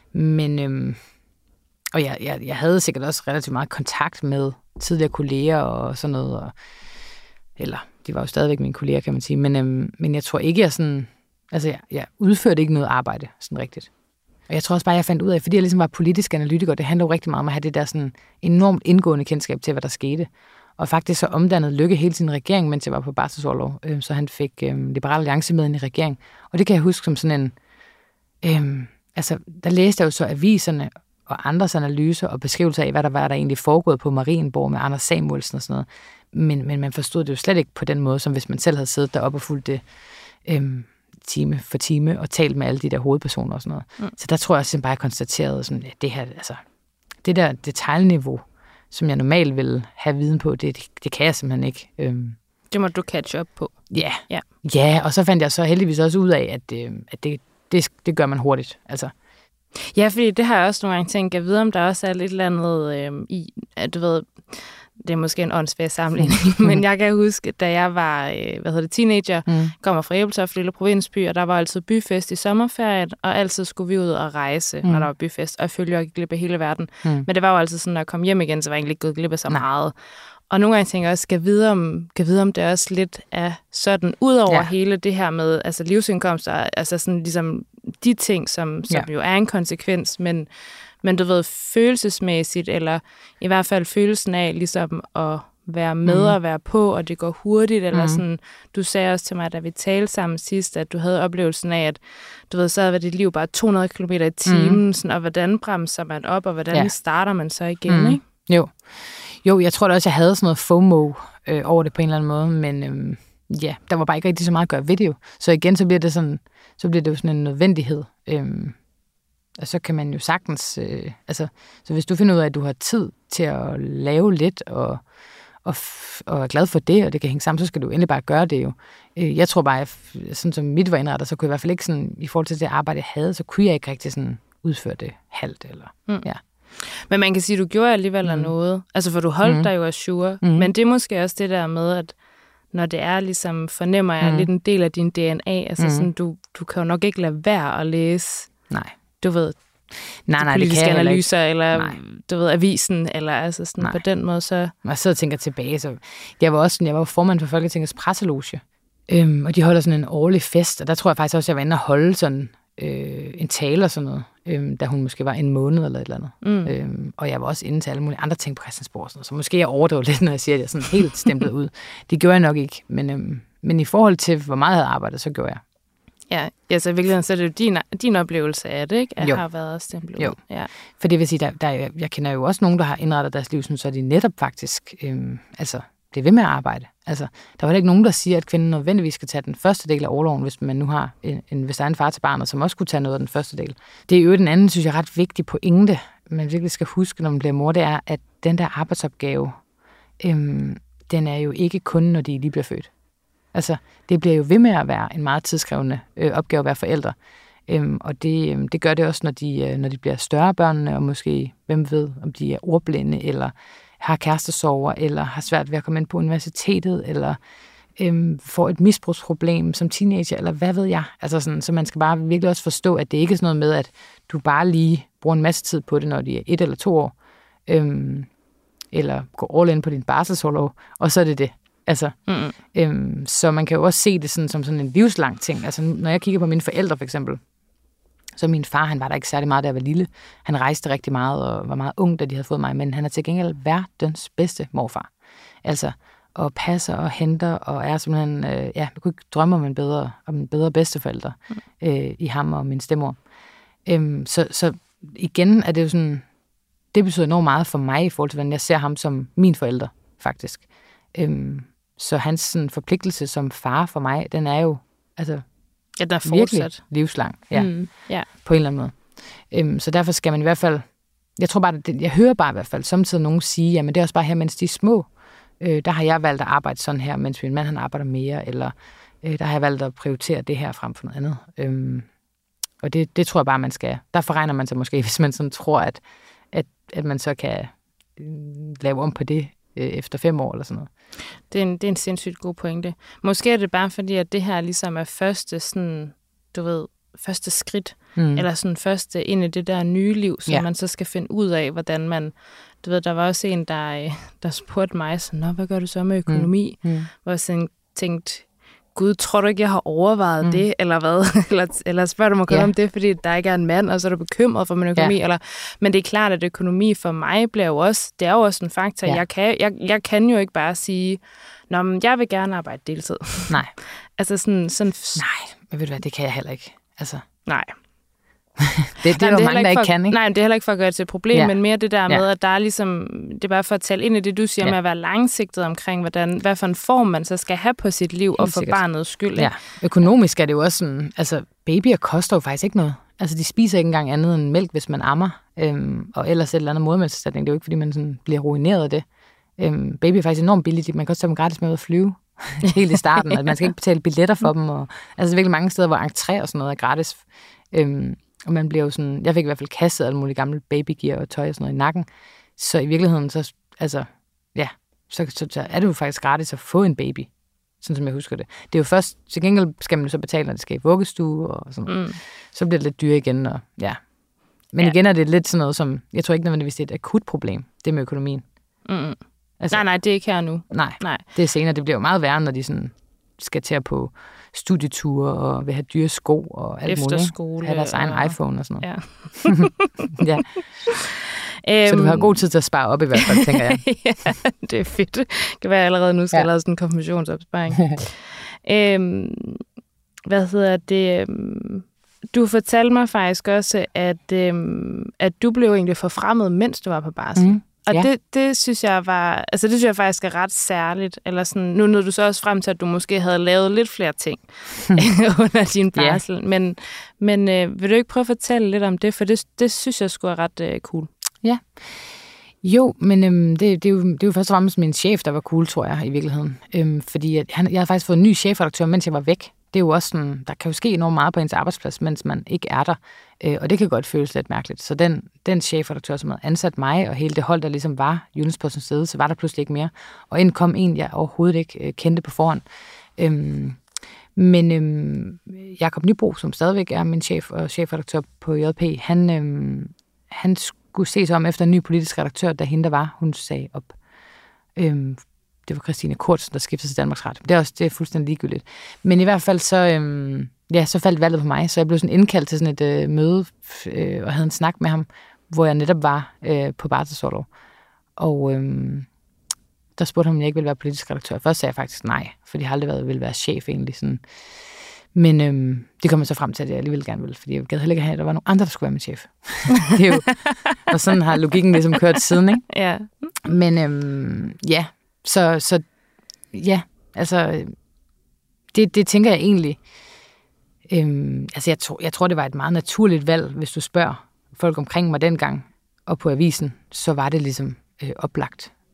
Men, og jeg havde sikkert også relativt meget kontakt med tidligere kolleger og sådan noget. Eller, de var jo stadigvæk mine kolleger, kan man sige. Men jeg tror ikke, jeg udførte ikke noget arbejde sådan rigtigt. Og jeg tror også bare, jeg fandt ud af, fordi jeg ligesom var politisk analytiker, det handler jo rigtig meget om at have det der sådan enormt indgående kendskab til, hvad der skete. Og faktisk så omdannede Løkke hele sin regering, mens jeg var på barselsorlov. Så han fik Liberal Alliance med ind i regering. Og det kan jeg huske som sådan en... altså, der læste jeg jo så aviserne og andres analyser og beskrivelser af, hvad der var, der egentlig foregået på Marienborg med Anders Samuelsen og sådan noget. Men man forstod det jo slet ikke på den måde, som hvis man selv havde siddet deroppe og fulgt det time for time og talt med alle de der hovedpersoner og sådan noget. Så der tror jeg simpelthen bare, jeg konstaterede sådan, at det her, altså, det der detaljniveau, som jeg normalt ville have viden på, det kan jeg simpelthen ikke. Det må du catch up på. Ja, og så fandt jeg så heldigvis også ud af, at det gør man hurtigt. Altså. Ja, fordi det har jeg også nogle gange tænkt, jeg ved, om der også er lidt eller andet i, at du ved, det er måske en åndssvær sammenligning, men jeg kan huske, da jeg var teenager, kommer fra Ebeltoft, lille provinsby, og der var altid byfest i sommerferien, og altid skulle vi ud og rejse, når der var byfest, og jeg følte jo ikke glip af hele verden. Men det var jo altid sådan, når jeg kom hjem igen, så var jeg egentlig ikke gået glip af så meget. Og nogle gange tænker jeg også, skal vide om det også lidt er sådan, ud over hele det her med altså livsindkomster, altså sådan ligesom de ting, som jo er en konsekvens, men du ved, følelsesmæssigt, eller i hvert fald følelsen af ligesom at være med og være på, og det går hurtigt, eller sådan, du sagde også til mig, da vi talte sammen sidst, at du havde oplevelsen af, at du ved, så var dit liv bare 200 km i timen, sådan, og hvordan bremser man op, og hvordan starter man så igen, ikke? Jo, jeg tror da også, jeg havde sådan noget FOMO over det på en eller anden måde, men der var bare ikke rigtig så meget at gøre ved det jo. Så igen, så bliver det jo sådan en nødvendighed. Og så kan man jo sagtens, så hvis du finder ud af, at du har tid til at lave lidt, og er glad for det, og det kan hænge sammen, så skal du endelig bare gøre det jo. Jeg tror bare, sådan som mit var indrettet, så kunne jeg i hvert fald ikke sådan, i forhold til det arbejde, jeg havde, så kunne jeg ikke rigtig sådan udføre det halvt, eller Men man kan sige, at du gjorde alligevel noget. Altså, for du holdt dig jo ajour. Men det er måske også det der med, at når det er ligesom, fornemmer jeg lidt en del af din DNA, altså sådan, du kan jo nok ikke lade være at læse, du ved, politiske analyser, eller du ved, avisen, eller altså sådan på den måde, så... Jeg sidder og tænker tilbage, så jeg var formand for Folketingets presseloge, og de holder sådan en årlig fest, og der tror jeg faktisk også, jeg var inde og holde sådan en tale og sådan noget, da hun måske var en måned eller et eller andet. Og jeg var også inde til alle mulige andre ting på Christiansborg, sådan noget, så måske jeg overdriver lidt, når jeg siger, at jeg sådan helt stemplet ud. Det gjorde jeg nok ikke, men i forhold til, hvor meget jeg havde arbejdet, så gjorde jeg. Ja, så i virkeligheden, så er det jo din oplevelse af det, ikke? At har været stemplet ud. Ja. For det vil sige, jeg kender jo også nogen, der har indrettet deres liv, så de netop faktisk, det er ved med at arbejde. Altså, der var ikke nogen, der siger, at kvinden nødvendigvis skal tage den første del af orloven, hvis man nu har hvis der er en far til barnet, som også kunne tage noget af den første del. Det er jo den anden, synes jeg, ret vigtig pointe, man virkelig skal huske, når man bliver mor, det er, at den der arbejdsopgave, den er jo ikke kun, når de lige bliver født. Altså, det bliver jo ved med at være en meget tidskrævende opgave at være forældre. Og det gør det også, når de bliver større børnene, og måske, hvem ved, om de er ordblinde, eller har kærestesorger, eller har svært ved at komme ind på universitetet, eller får et misbrugsproblem som teenager, eller hvad ved jeg. Altså sådan, så man skal bare virkelig også forstå, at det ikke er sådan noget med, at du bare lige bruger en masse tid på det, når de er 1 eller 2 år, eller går all in på din barselsorlov, og så er det det. Altså, så man kan jo også se det sådan, som sådan en livslang ting. Altså, når jeg kigger på mine forældre for eksempel, så min far, han var der ikke særlig meget, da jeg var lille. Han rejste rigtig meget og var meget ung, da de havde fået mig, men han er til gengæld verdens bedste morfar. Altså, og passer og henter, og er simpelthen, jeg kunne ikke drømme om en bedre bedsteforælder i ham og min stemmor. Så igen er det jo sådan, det betyder enormt meget for mig i forhold til, hvordan jeg ser ham som min forælder, faktisk. Så hans sådan, forpligtelse som far for mig, den er jo altså den er virkelig livslang, på en eller anden måde. Så derfor skal man i hvert fald, jeg tror bare, jeg hører bare i hvert fald samtidig nogen sige, jamen det er også bare her, mens de er små. Der har jeg valgt at arbejde sådan her, mens min mand han arbejder mere, eller der har jeg valgt at prioritere det her frem for noget andet. Og det tror jeg bare, man skal. Der forregner man sig måske, hvis man sådan tror, at man så kan lave om på det efter 5 år eller sådan noget. Det er en sindssygt god pointe. Måske er det bare fordi, at det her ligesom er første sådan, første skridt, eller sådan første ind i det der nye liv, som man så skal finde ud af, hvordan man, der var også en, der spurgte mig sådan, hvad gør du så med økonomi? Hvor jeg sådan tænkte, Gud, tror du ikke, jeg har overvejet det, eller hvad? eller spørger du mig kun om det, fordi der ikke er en mand, og så er du bekymret for min økonomi? Eller, men det er klart, at økonomi for mig bliver jo også, det er jo også en faktor. Ja. Jeg kan jo ikke bare sige, men jeg vil gerne arbejde deltid. Nej. Altså sådan... Nej, men ved du hvad, det kan jeg heller ikke. Altså. Nej. det er jo mange, der ikke kan, ikke? Nej, men det er heller ikke for at gøre det til et problem, men mere det der med, at der er ligesom, det er bare for at tale ind i det, du siger med at være langsigtet omkring, hvad for en form man så skal have på sit liv, helt og for barnets skyld. Ja, økonomisk er det jo også sådan, altså babyer koster jo faktisk ikke noget. Altså de spiser ikke engang andet end mælk, hvis man ammer, og ellers et eller andet modermælkserstatning. Det er jo ikke, fordi man sådan bliver ruineret af det. Baby er faktisk enormt billigt, man kan også tage dem gratis med ud at flyve. Helt i starten, at man skal ikke betale billetter for dem, og altså virkelig mange steder, hvor entré og sådan noget er gratis. Og man bliver jo sådan, jeg fik i hvert fald kastet alle mulige gamle babygear og tøj og sådan noget i nakken. Så i virkeligheden, så er det jo faktisk gratis at få en baby, sådan som jeg husker det. Det er jo først, til gengæld skal man jo så betale, når det skal i vuggestue og sådan. Så bliver det lidt dyre igen. Og, Men igen er det lidt sådan noget, som, jeg tror ikke nødvendigvis, det er et akut problem, det med økonomien. Altså, nej, det er ikke her nu. Nej, det er senere. Det bliver jo meget værre, når de sådan skal til på studieture og vil have dyre sko og alt muligt. Efterskole. Have deres egen iPhone og sådan noget. Ja. Så du har god tid til at spare op i hvert fald, tænker jeg. Ja, det er fedt. Det kan være allerede nu, skal jeg lave sådan en konfirmationsopsparing. Hvad hedder det? Du fortalte mig faktisk også, at du blev egentlig forfremmet, mens du var på barsel. Og det synes jeg var, altså det synes jeg faktisk er ret særligt, eller sådan, nu nåede du så også frem til, at du måske havde lavet lidt flere ting under din barsel, men vil du ikke prøve at fortælle lidt om det, for det synes jeg skulle er ret cool. Ja. Jo, men det er jo først og fremmest min chef, der var cool, tror jeg, i virkeligheden. Fordi jeg havde faktisk fået en ny chefredaktør, mens jeg var væk. Det er jo også sådan, der kan jo ske enormt meget på ens arbejdsplads, mens man ikke er der. Og det kan godt føles lidt mærkeligt. Så den chefredaktør, som havde ansat mig, og hele det hold, der ligesom var Jyllandspostens sted, så var der pludselig ikke mere. Og ind kom en, jeg overhovedet ikke kendte på forhånd. Men Jakob Nybro, som stadigvæk er min chef og chefredaktør på JP, han skulle se sig om efter en ny politisk redaktør, da hende der var, hun sagde op. Det var Christine Kurtsen, der skiftede til Danmarks Radio. Det er fuldstændig ligegyldigt. Men i hvert fald så faldt valget på mig, så jeg blev sådan indkaldt til sådan et møde og havde en snak med ham, hvor jeg netop var på barselsorlov. Og der spurgte han, om jeg ikke ville være politisk redaktør. Først sagde jeg faktisk nej, for jeg har aldrig ville være chef egentlig. Sådan. Men det kom jeg så frem til, at jeg alligevel gerne ville, fordi jeg gad heller ikke have, at der var nogen andre, der skulle være min chef. Det er jo, og sådan har logikken ligesom kørt siden, ikke? Ja. Men Så altså, det tænker jeg egentlig, altså jeg tror, det var et meget naturligt valg, hvis du spørger folk omkring mig dengang, og på avisen, så var det ligesom oplagt.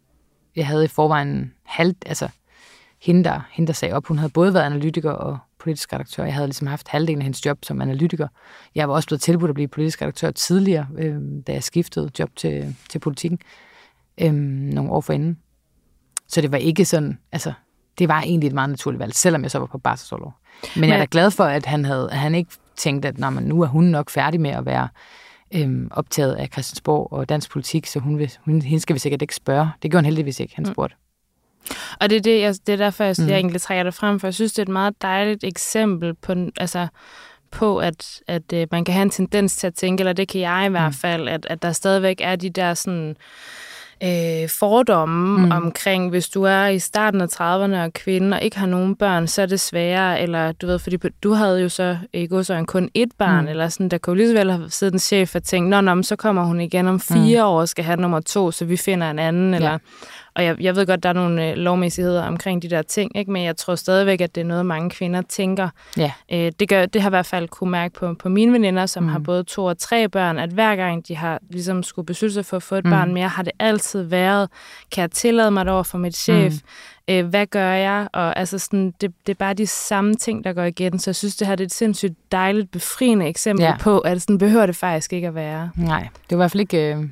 jeg havde i forvejen hende, der sagde op, hun havde både været analytiker og politisk redaktør. Jeg havde ligesom haft halvdelen af hendes job som analytiker. Jeg var også blevet tilbudt at blive politisk redaktør tidligere, da jeg skiftede job til politikken nogle år forinden. Så det var ikke sådan, altså, det var egentlig et meget naturligt valg, selvom jeg så var på barselsorlov. Men jeg er da glad for, at han ikke tænkte, at nu er hun nok færdig med at være optaget af Christiansborg og dansk politik, så hende skal vi sikkert ikke spørge. Det gjorde han heldigvis ikke, han spurgte. Og det er derfor, jeg egentlig trækker det frem, for jeg synes, det er et meget dejligt eksempel på at man kan have en tendens til at tænke, eller det kan jeg i hvert fald, at der stadigvæk er de der sådan fordomme omkring, hvis du er i starten af 30'erne og kvinde og ikke har nogen børn, så er det sværere, eller du ved, fordi du havde jo så i godsøjne kun ét barn, eller sådan, der kunne lige så vel have siddet en chef og tænkt, nå, så kommer hun igen om 4 år, skal have nummer 2, så vi finder en anden, eller... Og jeg ved godt, der er nogle lovmæssigheder omkring de der ting, ikke? Men jeg tror stadigvæk, at det er noget, mange kvinder tænker. Ja. Det har jeg i hvert fald kunne mærke på mine veninder, som har både 2 og 3 børn, at hver gang de har ligesom skulle beslutte sig for at få et barn mere, har det altid været, kan jeg tillade mig det over for mit chef? Hvad gør jeg? Og altså sådan, det er bare de samme ting, der går igen. Så jeg synes, det her det er et sindssygt dejligt, befriende eksempel på, at sådan behøver det faktisk ikke at være. Nej, det var i hvert fald ikke...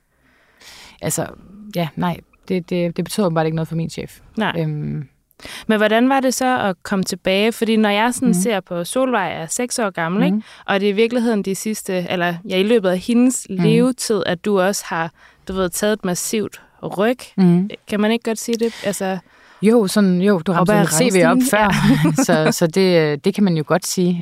nej. Det betyder bare ikke noget for min chef. Nej. Men hvordan var det så at komme tilbage? Fordi når jeg sådan ser på Solvej er 6 år gammel, ikke? Og det er i virkeligheden de sidste, i løbet af hendes levetid, at du også har, taget et massivt ryg. Kan man ikke godt sige det? Altså, du har sådan CV op før, så det kan man jo godt sige.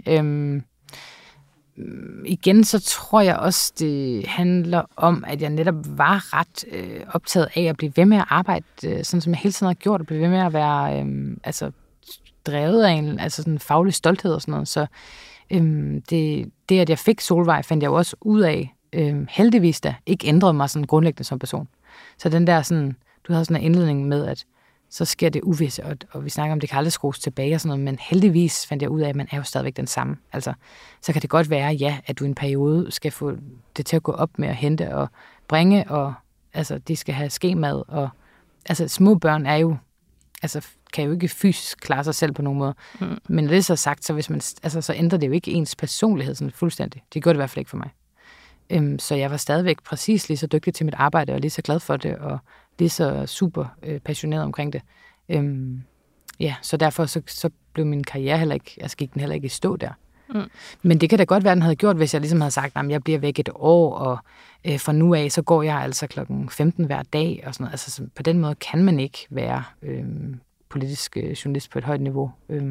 Igen, så tror jeg også, det handler om, at jeg netop var ret optaget af at blive ved med at arbejde, sådan som jeg hele tiden har gjort, at blive ved med at være drevet af en sådan faglig stolthed og sådan noget. Så det, at jeg fik Solvej, fandt jeg jo også ud af, heldigvis da, ikke ændrede mig sådan grundlæggende som person. Så den der sådan, du havde sådan en indledning med, at så sker det uvisse, og vi snakker om, det kan aldrig skrues tilbage og sådan noget, men heldigvis fandt jeg ud af, at man er jo stadigvæk den samme. Altså, så kan det godt være, at du i en periode skal få det til at gå op med at hente og bringe, og altså, de skal have skemad, og altså, små børn er jo, altså, kan jo ikke fysisk klare sig selv på nogen måde. Men når det er så sagt, så, hvis man, altså, så ændrer det jo ikke ens personlighed sådan fuldstændig. Det gjorde det i hvert fald ikke for mig. Så jeg var stadigvæk præcis lige så dygtig til mit arbejde, og lige så glad for det, og lige så super passioneret omkring det. Så derfor så blev min karriere heller ikke, altså gik den heller ikke i stå der. Men det kan da godt være, den havde gjort, hvis jeg ligesom havde sagt, at jeg bliver væk et år, og fra nu af, så går jeg altså 15 hver dag, og sådan noget. Altså på den måde kan man ikke være politisk journalist på et højt niveau.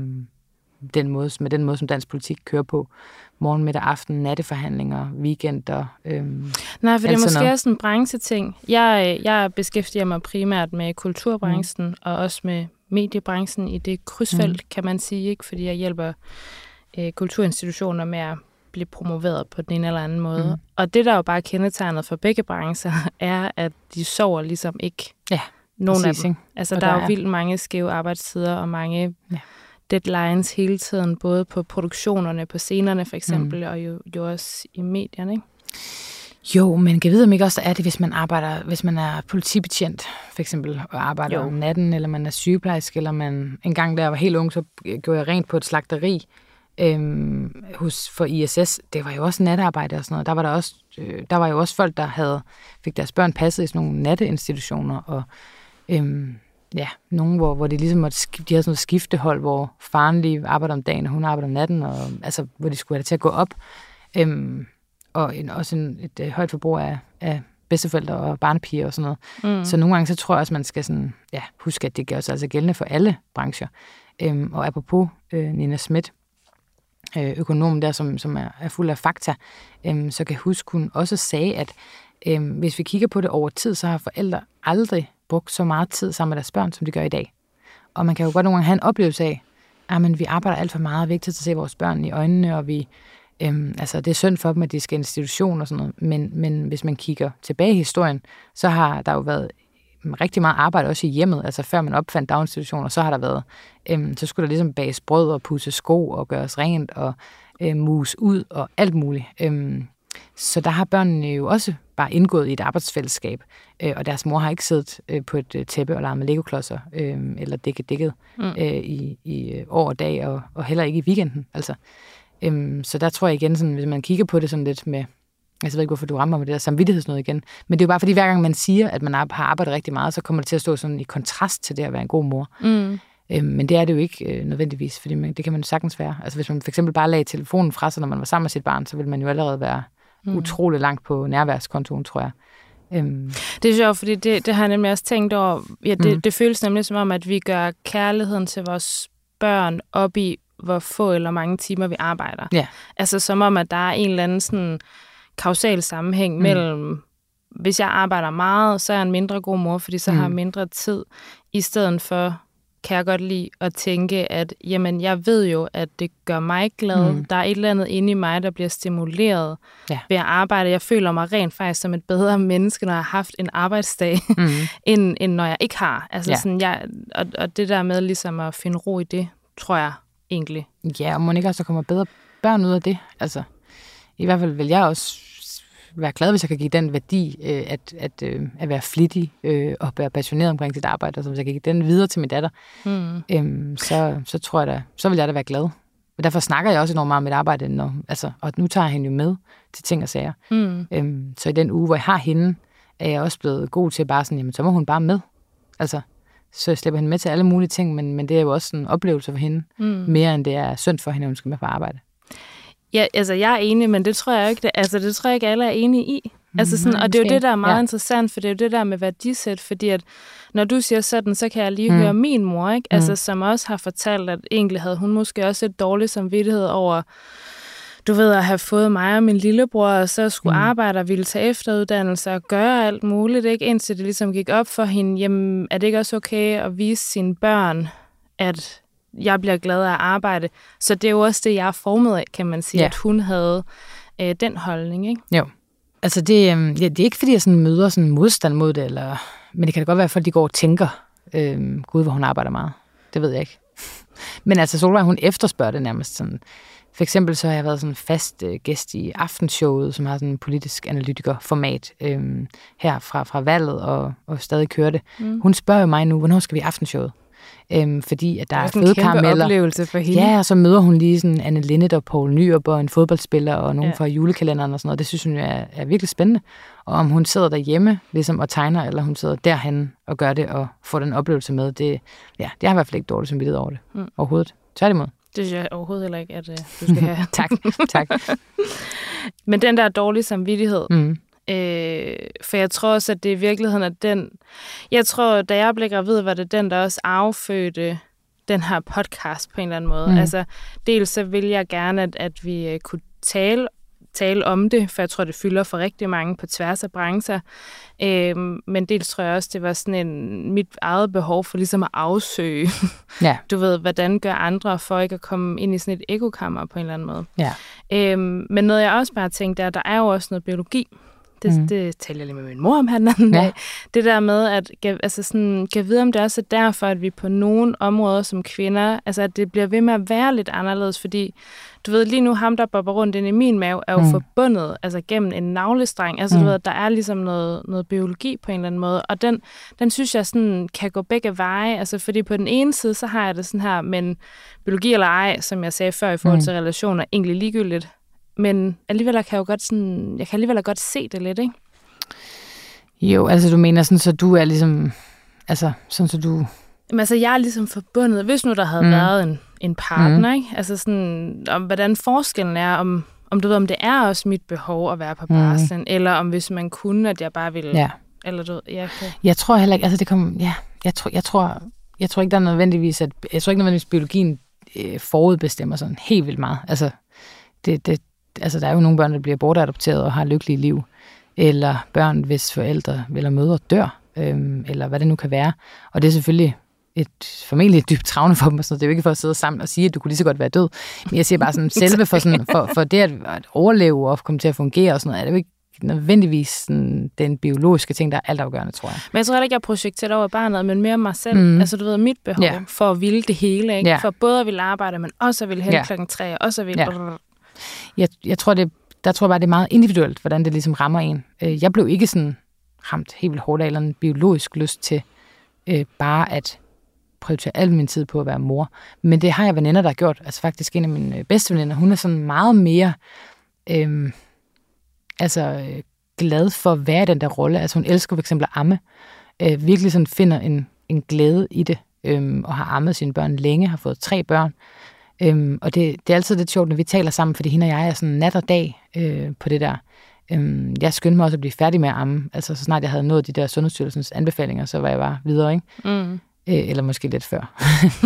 Med den måde, som dansk politik kører på. Morgen, middag, aften, natteforhandlinger, weekender. Nej, for det er måske også en brancheting. Jeg beskæftiger mig primært med kulturbranchen, og også med mediebranchen i det krydsfelt, kan man sige, ikke? Fordi jeg hjælper kulturinstitutioner med at blive promoveret på den ene eller anden måde. Og det, der jo bare er kendetegnet for begge brancher, er, at de sover ligesom ikke. Ja, nogen af dem. Ikke? Altså, der er jo vildt mange skæve arbejdstider, og mange... Ja. Deadlines hele tiden, både på produktionerne, på scenerne for eksempel, og jo også i medierne, ikke? Jo, men kan vide, om ikke også er det, hvis man er politibetjent, for eksempel, og arbejder om natten, eller man er sygeplejerske, eller man en gang da jeg var helt ung, så gjorde jeg rent på et slagteri for ISS. Det var jo også natarbejde og sådan noget. Der var jo også folk, der fik deres børn passet i sådan nogle natteinstitutioner, og nogen, hvor de ligesom de havde sådan noget skiftehold, hvor faren lige arbejder om dagen, og hun arbejder om natten, og altså, hvor de skulle have det til at gå op. Og også et højt forbrug af bedsteforældre og barnepiger og sådan noget. Så nogle gange, så tror jeg også, man skal sådan, huske, at det gør sig altså gældende for alle brancher. Og apropos Nina Schmidt, økonomen der, som er fuld af fakta, så kan jeg huske, hun også sagde, at hvis vi kigger på det over tid, så har forældre aldrig brugt så meget tid sammen med deres børn, som de gør i dag. Og man kan jo godt nogle gange have en oplevelse af, at vi arbejder alt for meget, og vi er ikke tid til at se vores børn i øjnene, og vi, det er synd for dem, at de skal i institution og sådan noget. Men hvis man kigger tilbage i historien, så har der jo været rigtig meget arbejde også i hjemmet. Altså før man opfandt daginstitutioner, så har der været, så skulle der ligesom bages brød og pudse sko og gøres rent og mus ud og alt muligt. Så der har børnene jo også bare indgået i et arbejdsfællesskab, og deres mor har ikke siddet på et tæppe og larmet legoklodser, eller dækket i år og dag, og heller ikke i weekenden. Altså. Så der tror jeg igen, sådan, hvis man kigger på det sådan lidt med, jeg ved ikke, hvorfor du rammer med det der samvittighedsnød igen, men det er jo bare fordi, hver gang man siger, at man har arbejdet rigtig meget, så kommer det til at stå sådan i kontrast til det at være en god mor. Men det er det jo ikke nødvendigvis, fordi det kan man jo sagtens være. Altså hvis man for eksempel bare lagde telefonen fra sig, når man var sammen med sit barn, så ville man jo allerede være utrolig langt på nærværskontoen, tror jeg. Det er sjovt, fordi det har jeg nemlig også tænkt over. Ja, det føles nemlig som om, at vi gør kærligheden til vores børn op i, hvor få eller mange timer vi arbejder. Ja. Altså som om, at der er en eller anden sådan kausal sammenhæng mellem, hvis jeg arbejder meget, så er jeg en mindre god mor, fordi så har jeg mindre tid, i stedet for, kan jeg godt lide at tænke, at jamen, jeg ved jo, at det gør mig glad. Der er et eller andet inde i mig, der bliver stimuleret ved at arbejde. Jeg føler mig rent faktisk som et bedre menneske, når jeg har haft en arbejdsdag, end når jeg ikke har. Altså sådan, og det der med ligesom at finde ro i det, tror jeg egentlig. Ja, og må ikke også kommer bedre børn ud af det? Altså, i hvert fald vil jeg også være glad, hvis jeg kan give den værdi, at være flittig og være passioneret omkring sit arbejde, og så hvis jeg kan give den videre til min datter, så tror jeg da, så vil jeg da være glad. Og derfor snakker jeg også enormt meget om mit arbejde, og nu tager jeg hende jo med til ting og sager. Så i den uge, hvor jeg har hende, er jeg også blevet god til bare sådan, jamen så må hun bare med. Altså, så jeg slipper hende med til alle mulige ting, men det er jo også en oplevelse for hende, mere end det er synd for hende, at hun skal med på arbejde. Ja, altså jeg er enig, men det tror jeg ikke, det tror jeg ikke alle er enige i. Altså sådan, og det er jo det, der er meget interessant, for det er jo det der med værdisæt, fordi at når du siger sådan, så kan jeg lige høre min mor, ikke? Altså som også har fortalt, at egentlig havde hun måske også et dårligt samvittighed over, du ved, at have fået mig og min lillebror, og så skulle arbejde og ville tage efteruddannelse og gøre alt muligt, ikke? Indtil det ligesom gik op for hende, jamen er det ikke også okay at vise sine børn, at jeg bliver glad af at arbejde. Så det er jo også det, jeg er formet af, kan man sige, at hun havde den holdning, ikke? Jo. Altså det er ikke, fordi jeg sådan møder sådan modstand mod det, men det kan da godt være, at de går og tænker, gud, hvor hun arbejder meget. Det ved jeg ikke. Men altså Solvej, hun efterspørger det nærmest sådan. For eksempel så har jeg været sådan fast gæst i Aftenshowet, som har sådan en politisk analytikerformat her fra valget og stadig kører det. Hun spørger jo mig nu, hvornår skal vi i Aftenshowet? Fordi at der er fødekarameller. Det er en oplevelse for hende. Ja, og så møder hun lige sådan Anne Linnet og Poul Nyrup og en fodboldspiller og nogen fra julekalenderen og sådan noget. Det synes hun er virkelig spændende. Og om hun sidder derhjemme ligesom og tegner, eller hun sidder derhen og gør det og får den oplevelse med, det har i hvert fald ikke dårligt samvittighed over det overhovedet. Tværtimod. Det synes jeg overhovedet heller ikke, at du skal have. Tak. Men den der dårlige samvittighed, for jeg tror også, at det i virkeligheden er den... Jeg tror, da jeg blev gravid, var det den, der også affødte den her podcast på en eller anden måde. Altså, dels så vil jeg gerne, at vi kunne tale om det, for jeg tror, det fylder for rigtig mange på tværs af brancher. Men dels tror jeg også, det var sådan mit eget behov for ligesom at afsøge, du ved, hvordan gør andre for ikke at komme ind i sådan et ekokammer på en eller anden måde. Ja. Men noget jeg også bare tænkte, der er jo også noget biologi. Det taler jeg lige med min mor om her den anden dag. Det der med, at kan vide, om det også er derfor, at vi på nogle områder som kvinder, altså at det bliver ved med at være lidt anderledes, fordi du ved, lige nu ham, der bobber rundt ind i min mave, er jo forbundet altså gennem en navlestreng. Altså du ved, der er ligesom noget biologi på en eller anden måde, og den synes jeg sådan kan gå begge veje, altså fordi på den ene side, så har jeg det sådan her, men biologi eller ej, som jeg sagde før i forhold til relationer, egentlig ligegyldigt. Men alligevel kan jeg alligevel godt se det lidt, ikke? Jo, altså du mener sådan, så du er ligesom, altså sådan så du... Jamen, altså jeg er ligesom forbundet, hvis nu der havde været en partner, ikke? Altså sådan, om hvordan forskellen er, om du ved, om det er også mit behov at være på barslen, eller om hvis man kunne, at jeg bare ville... Ja. Eller du ved, Jeg tror heller ikke, altså det kommer... Ja, jeg tror ikke, der er nødvendigvis, jeg tror ikke nødvendigvis, biologien forudbestemmer sådan helt vildt meget. Altså, altså, der er jo nogle børn, der bliver bortadopteret og har lykkelige liv, eller børn, hvis forældre eller mødre dør, eller hvad det nu kan være. Og det er selvfølgelig formentlig et dybt travne for dem, og sådan noget. Det er jo ikke for at sidde sammen og sige, at du kunne lige så godt være død. Men jeg siger bare sådan, selve for det at overleve og komme til at fungere og sådan noget, er det jo ikke nødvendigvis sådan, den biologiske ting, der er altafgørende, tror jeg. Men jeg tror heller ikke, jeg projekterer over barnet, men mere mig selv. Altså du ved, mit behov for at ville det hele, ikke? For både at ville arbejde, men også at ville hen klokken 3, og også at ville... Jeg tror, der tror jeg bare, det er meget individuelt, hvordan det ligesom rammer en. Jeg blev ikke sådan ramt helt vildt hårdt af eller en biologisk lyst til bare at prioritere al min tid på at være mor. Men det har jeg veninder, der har gjort. Altså faktisk en af mine bedste veninder, hun er sådan meget mere glad for at være i den der rolle. Altså hun elsker for eksempel at amme. Virkelig sådan finder en glæde i det. Og har ammet sine børn længe, har fået 3 børn. Og det er altid lidt sjovt, når vi taler sammen, fordi hende og jeg er sådan nat og dag på det der. Jeg skyndte mig også at blive færdig med at amme. Altså så snart jeg havde nået de der Sundhedsstyrelsens anbefalinger, så var jeg bare videre, ikke? Mm. Eller måske lidt før.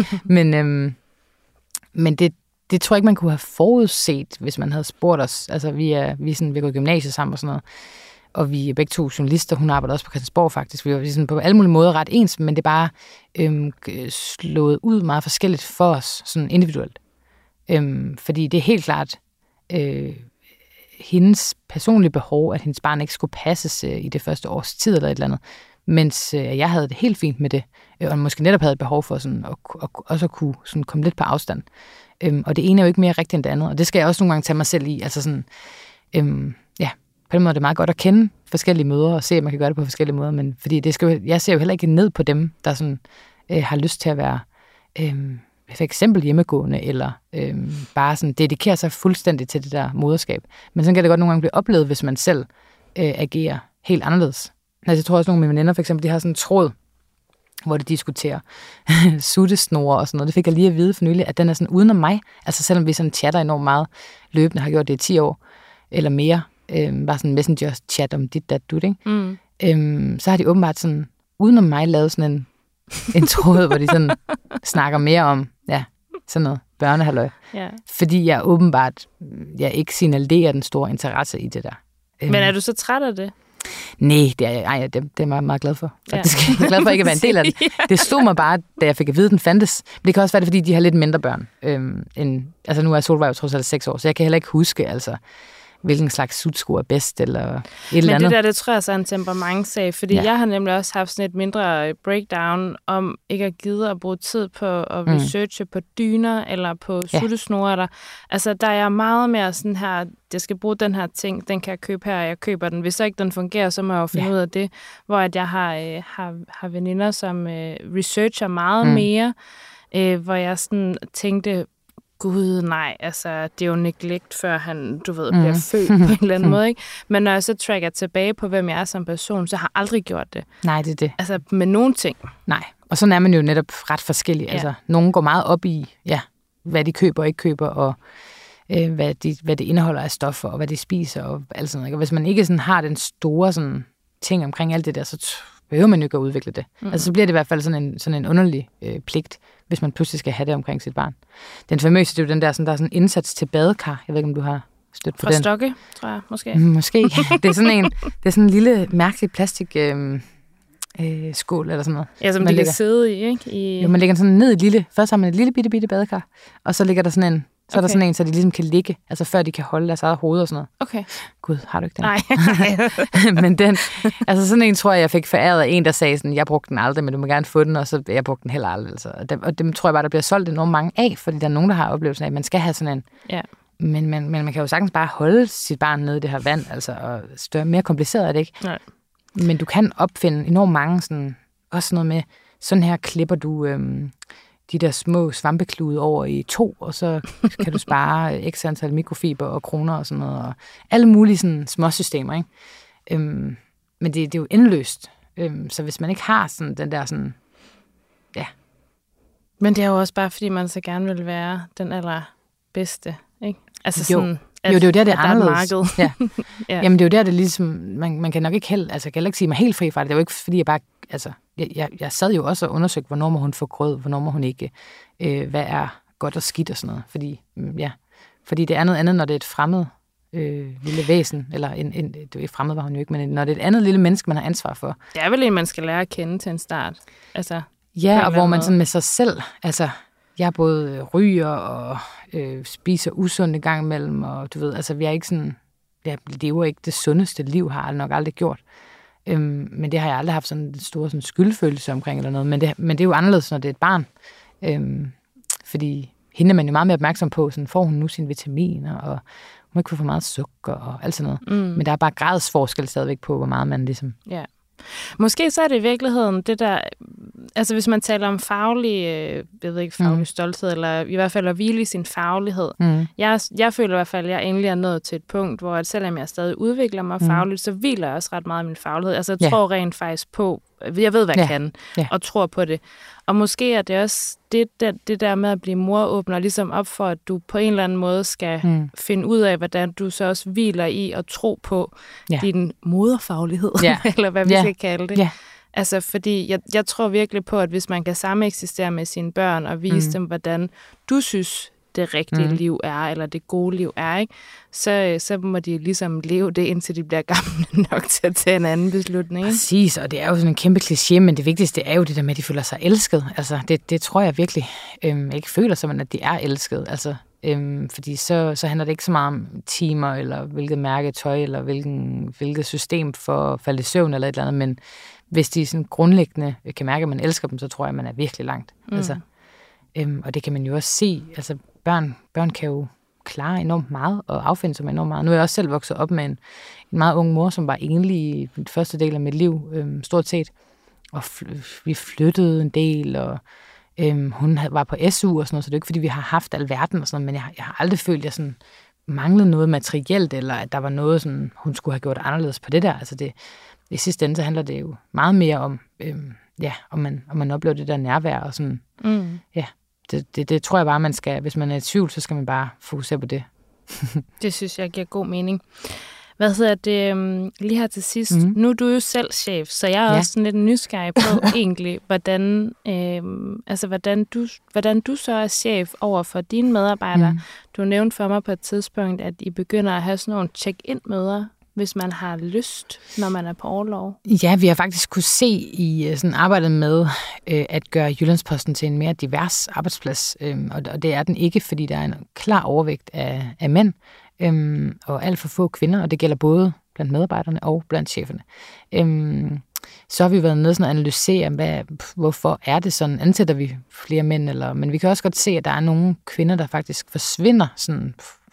men det tror jeg ikke, man kunne have forudset, hvis man havde spurgt os. Altså vi er gået i gymnasiet sammen og sådan noget. Og vi er begge 2 journalister. Hun arbejder også på Christiansborg faktisk. Vi var sådan på alle mulige måder ret ens, men det er bare slået ud meget forskelligt for os, sådan individuelt. Fordi det er helt klart hendes personlige behov, at hendes barn ikke skulle passes i det første års tid eller et eller andet. Mens jeg havde det helt fint med det, og måske netop havde et behov for sådan at kunne sådan komme lidt på afstand. Og det ene er jo ikke mere rigtigt end det andet, og det skal jeg også nogle gange tage mig selv i. Altså sådan, på den måde er det meget godt at kende forskellige mødre og se, at man kan gøre det på forskellige måder, men fordi jeg ser jo heller ikke ned på dem, der sådan, har lyst til at være for eksempel hjemmegående, eller bare sådan dedikere sig fuldstændig til det der moderskab. Men sådan kan det godt nogle gange blive oplevet, hvis man selv agerer helt anderledes. Altså, jeg tror også, nogle af mine veninder for eksempel, de har sådan en tråd, hvor de diskuterer suttesnore og sådan noget. Det fik jeg lige at vide for nylig, at den er sådan uden om mig. Altså selvom vi sådan chatter enormt meget løbende, har gjort det i 10 år eller mere, bare sådan messenger-chat om dit, dat, dut, ikke? Så har de åbenbart sådan uden om mig lavet sådan en tråd, hvor de sådan snakker mere om, sådan noget børnehalløj. Yeah. Fordi jeg åbenbart ikke signalerer den store interesse i det der. Men er du så træt af det? Nej, det er jeg meget glad for. Faktisk. Jeg er glad for ikke at være en del af det. Det stod mig bare, da jeg fik at vide, at den fandtes. Men det kan også være det, fordi de har lidt mindre børn. Altså nu er Solvej jo trods alt 6 år, så jeg kan heller ikke huske, altså hvilken slags sutsko er bedst, eller et eller andet. Men det tror jeg så er en temperamentsag, fordi jeg har nemlig også haft sådan et mindre breakdown om ikke at gide at bruge tid på at researche på dyner, eller på suttesnore. Altså, der er jeg meget mere sådan her, jeg skal bruge den her ting, den kan jeg købe her, og jeg køber den. Hvis så ikke den fungerer, så må jeg jo finde ud af det. Hvor at jeg har veninder, som researcher meget mere, hvor jeg sådan tænkte, gud, nej, altså, det er jo neglect, før han, bliver født på en eller anden måde, ikke? Men når jeg så tracker tilbage på, hvem jeg er som person, så har jeg aldrig gjort det. Nej, det er det. Altså, med nogen ting. Nej, og sådan er man jo netop ret forskellig. Ja. Altså, nogen går meget op i, hvad de køber og ikke køber, og hvad det indeholder af stoffer, og hvad de spiser, og alt sådan noget. Og hvis man ikke sådan har den store sådan, ting omkring alt det der, så behøver man jo ikke at udvikle det. Altså, så bliver det i hvert fald sådan en underlig pligt, hvis man pludselig skal have det omkring sit barn. Den famøse, det er jo den der, sådan, der er sådan en indsats til badekar. Jeg ved ikke, om du har stødt på den. Fra Stokke, tror jeg, måske. Måske. Det er sådan en lille mærkelig plastik skål eller sådan noget. Ja, som de kan sidde i, ikke? Jo, man lægger sådan ned i et lille, først har man et lille bitte badekar, og så ligger der sådan en, så er der sådan en, så de ligesom kan ligge, altså før de kan holde deres eget hoved og sådan noget. Okay. Gud, har du ikke den? Nej. Men den, altså sådan en tror jeg fik foræret af en, der sagde sådan, jeg brugte den aldrig, men du må gerne få den, og så jeg brugte den heller aldrig. Altså. Og dem tror jeg bare, der bliver solgt enormt mange af, fordi der er nogen, der har oplevelsen af, at man skal have sådan en. Ja. Men man kan jo sagtens bare holde sit barn nede i det her vand, altså, og mere kompliceret er det ikke. Nej. Men du kan opfinde enormt mange, sådan, også noget med, sådan her klipper du de der små svampeklude over i 2, og så kan du spare x antal mikrofiber og kroner og sådan noget, og alle mulige sådan små systemer, ikke? Men det er jo endeløst. Så hvis man ikke har sådan den der sådan, Men det er jo også bare, fordi man så gerne vil være den allerbedste, ikke? Altså jo. Sådan, jo, det er jo der, det er anderledes. Ja. Ja. Jamen, det er jo der, det ligesom, man kan nok ikke jeg kan ikke sige mig helt fri fra det. Det er jo ikke, fordi jeg bare, altså, jeg sad jo også og undersøgte, hvornår må hun få grød, hvornår må hun ikke, hvad er godt og skidt og sådan noget. Fordi det er noget andet, når det er et fremmed lille væsen, eller det er jo ikke fremmed, var hun jo ikke, men når det er et andet lille menneske, man har ansvar for. Det er vel en, man skal lære at kende til en start. Altså, ja, og hvor man sådan med sig selv, altså, jeg både ryger og spiser usundt en gang imellem, og du ved, altså, jeg er ikke sådan, jeg lever ikke det sundeste liv, har jeg nok aldrig gjort. Men det har jeg aldrig haft sådan en stor sådan skyldfølelse omkring eller noget. Men det er jo anderledes, når det er et barn. Fordi hende er man jo meget mere opmærksom på, sådan, får hun nu sine vitaminer, og hun må ikke få for meget sukker og alt sådan noget. Men der er bare gradsforskel stadigvæk på, hvor meget man ligesom... Ja. Måske så er det i virkeligheden det der, altså hvis man taler om faglig stolthed, eller i hvert fald at hvile i sin faglighed. Jeg føler i hvert fald, at jeg endelig er nået til et punkt, hvor at selvom jeg stadig udvikler mig fagligt, så hviler jeg også ret meget i min faglighed. Altså jeg tror rent faktisk på, jeg ved, hvad jeg kan, og tror på det. Og måske er det også det der med at blive mor åbner ligesom op for, at du på en eller anden måde skal finde ud af, hvordan du så også hviler i og tro på din moderfaglighed, eller hvad vi skal kalde det. Altså, fordi jeg tror virkelig på, at hvis man kan sameksistere med sine børn og vise dem, hvordan du synes, det rigtige liv er, eller det gode liv er, ikke? Så må de ligesom leve det, indtil de bliver gamle nok til at tage en anden beslutning. Ikke? Præcis, og det er jo sådan en kæmpe kliché, men det vigtigste er jo det der med, at de føler sig elsket. Altså, det tror jeg virkelig ikke føler som, at de er elsket. Altså, fordi så handler det ikke så meget om timer, eller hvilket mærke tøj, eller hvilket system for at falde i søvn, eller et eller andet, men hvis de sådan grundlæggende kan mærke, at man elsker dem, så tror jeg, at man er virkelig langt. Altså, og det kan man jo også se, altså børn kan jo klare enormt meget og affinde sig med enormt meget. Nu er jeg også selv vokset op med en meget ung mor, som var enlig i den første del af mit liv, stort set. Og vi flyttede en del, og hun var på SU og sådan noget, så det er ikke, fordi vi har haft alverden og sådan noget, men jeg har aldrig følt, at jeg sådan manglede noget materielt, eller at der var noget, sådan, hun skulle have gjort anderledes på det der. Altså det, i sidste ende, så handler det jo meget mere om, om man oplever det der nærvær og sådan, Det tror jeg bare, man skal, hvis man er i tvivl, så skal man bare fokusere på det. Det synes jeg giver god mening. Hvad hedder det, lige her til sidst, nu er du jo selv chef, så jeg er også sådan lidt nysgerrig på egentlig, hvordan du så er chef over for dine medarbejdere. Du nævnte for mig på et tidspunkt, at I begynder at have sådan nogle check-in-møder, hvis man har lyst, når man er på orlov. Ja, vi har faktisk kunne se i sådan arbejdet med at gøre Jyllandsposten til en mere divers arbejdsplads, og det er den ikke, fordi der er en klar overvægt af mænd, og alt for få kvinder, og det gælder både blandt medarbejderne og blandt cheferne. Så har vi været nede sådan at analysere, hvorfor er det sådan, ansætter vi flere mænd, men vi kan også godt se, at der er nogle kvinder, der faktisk forsvinder, sådan,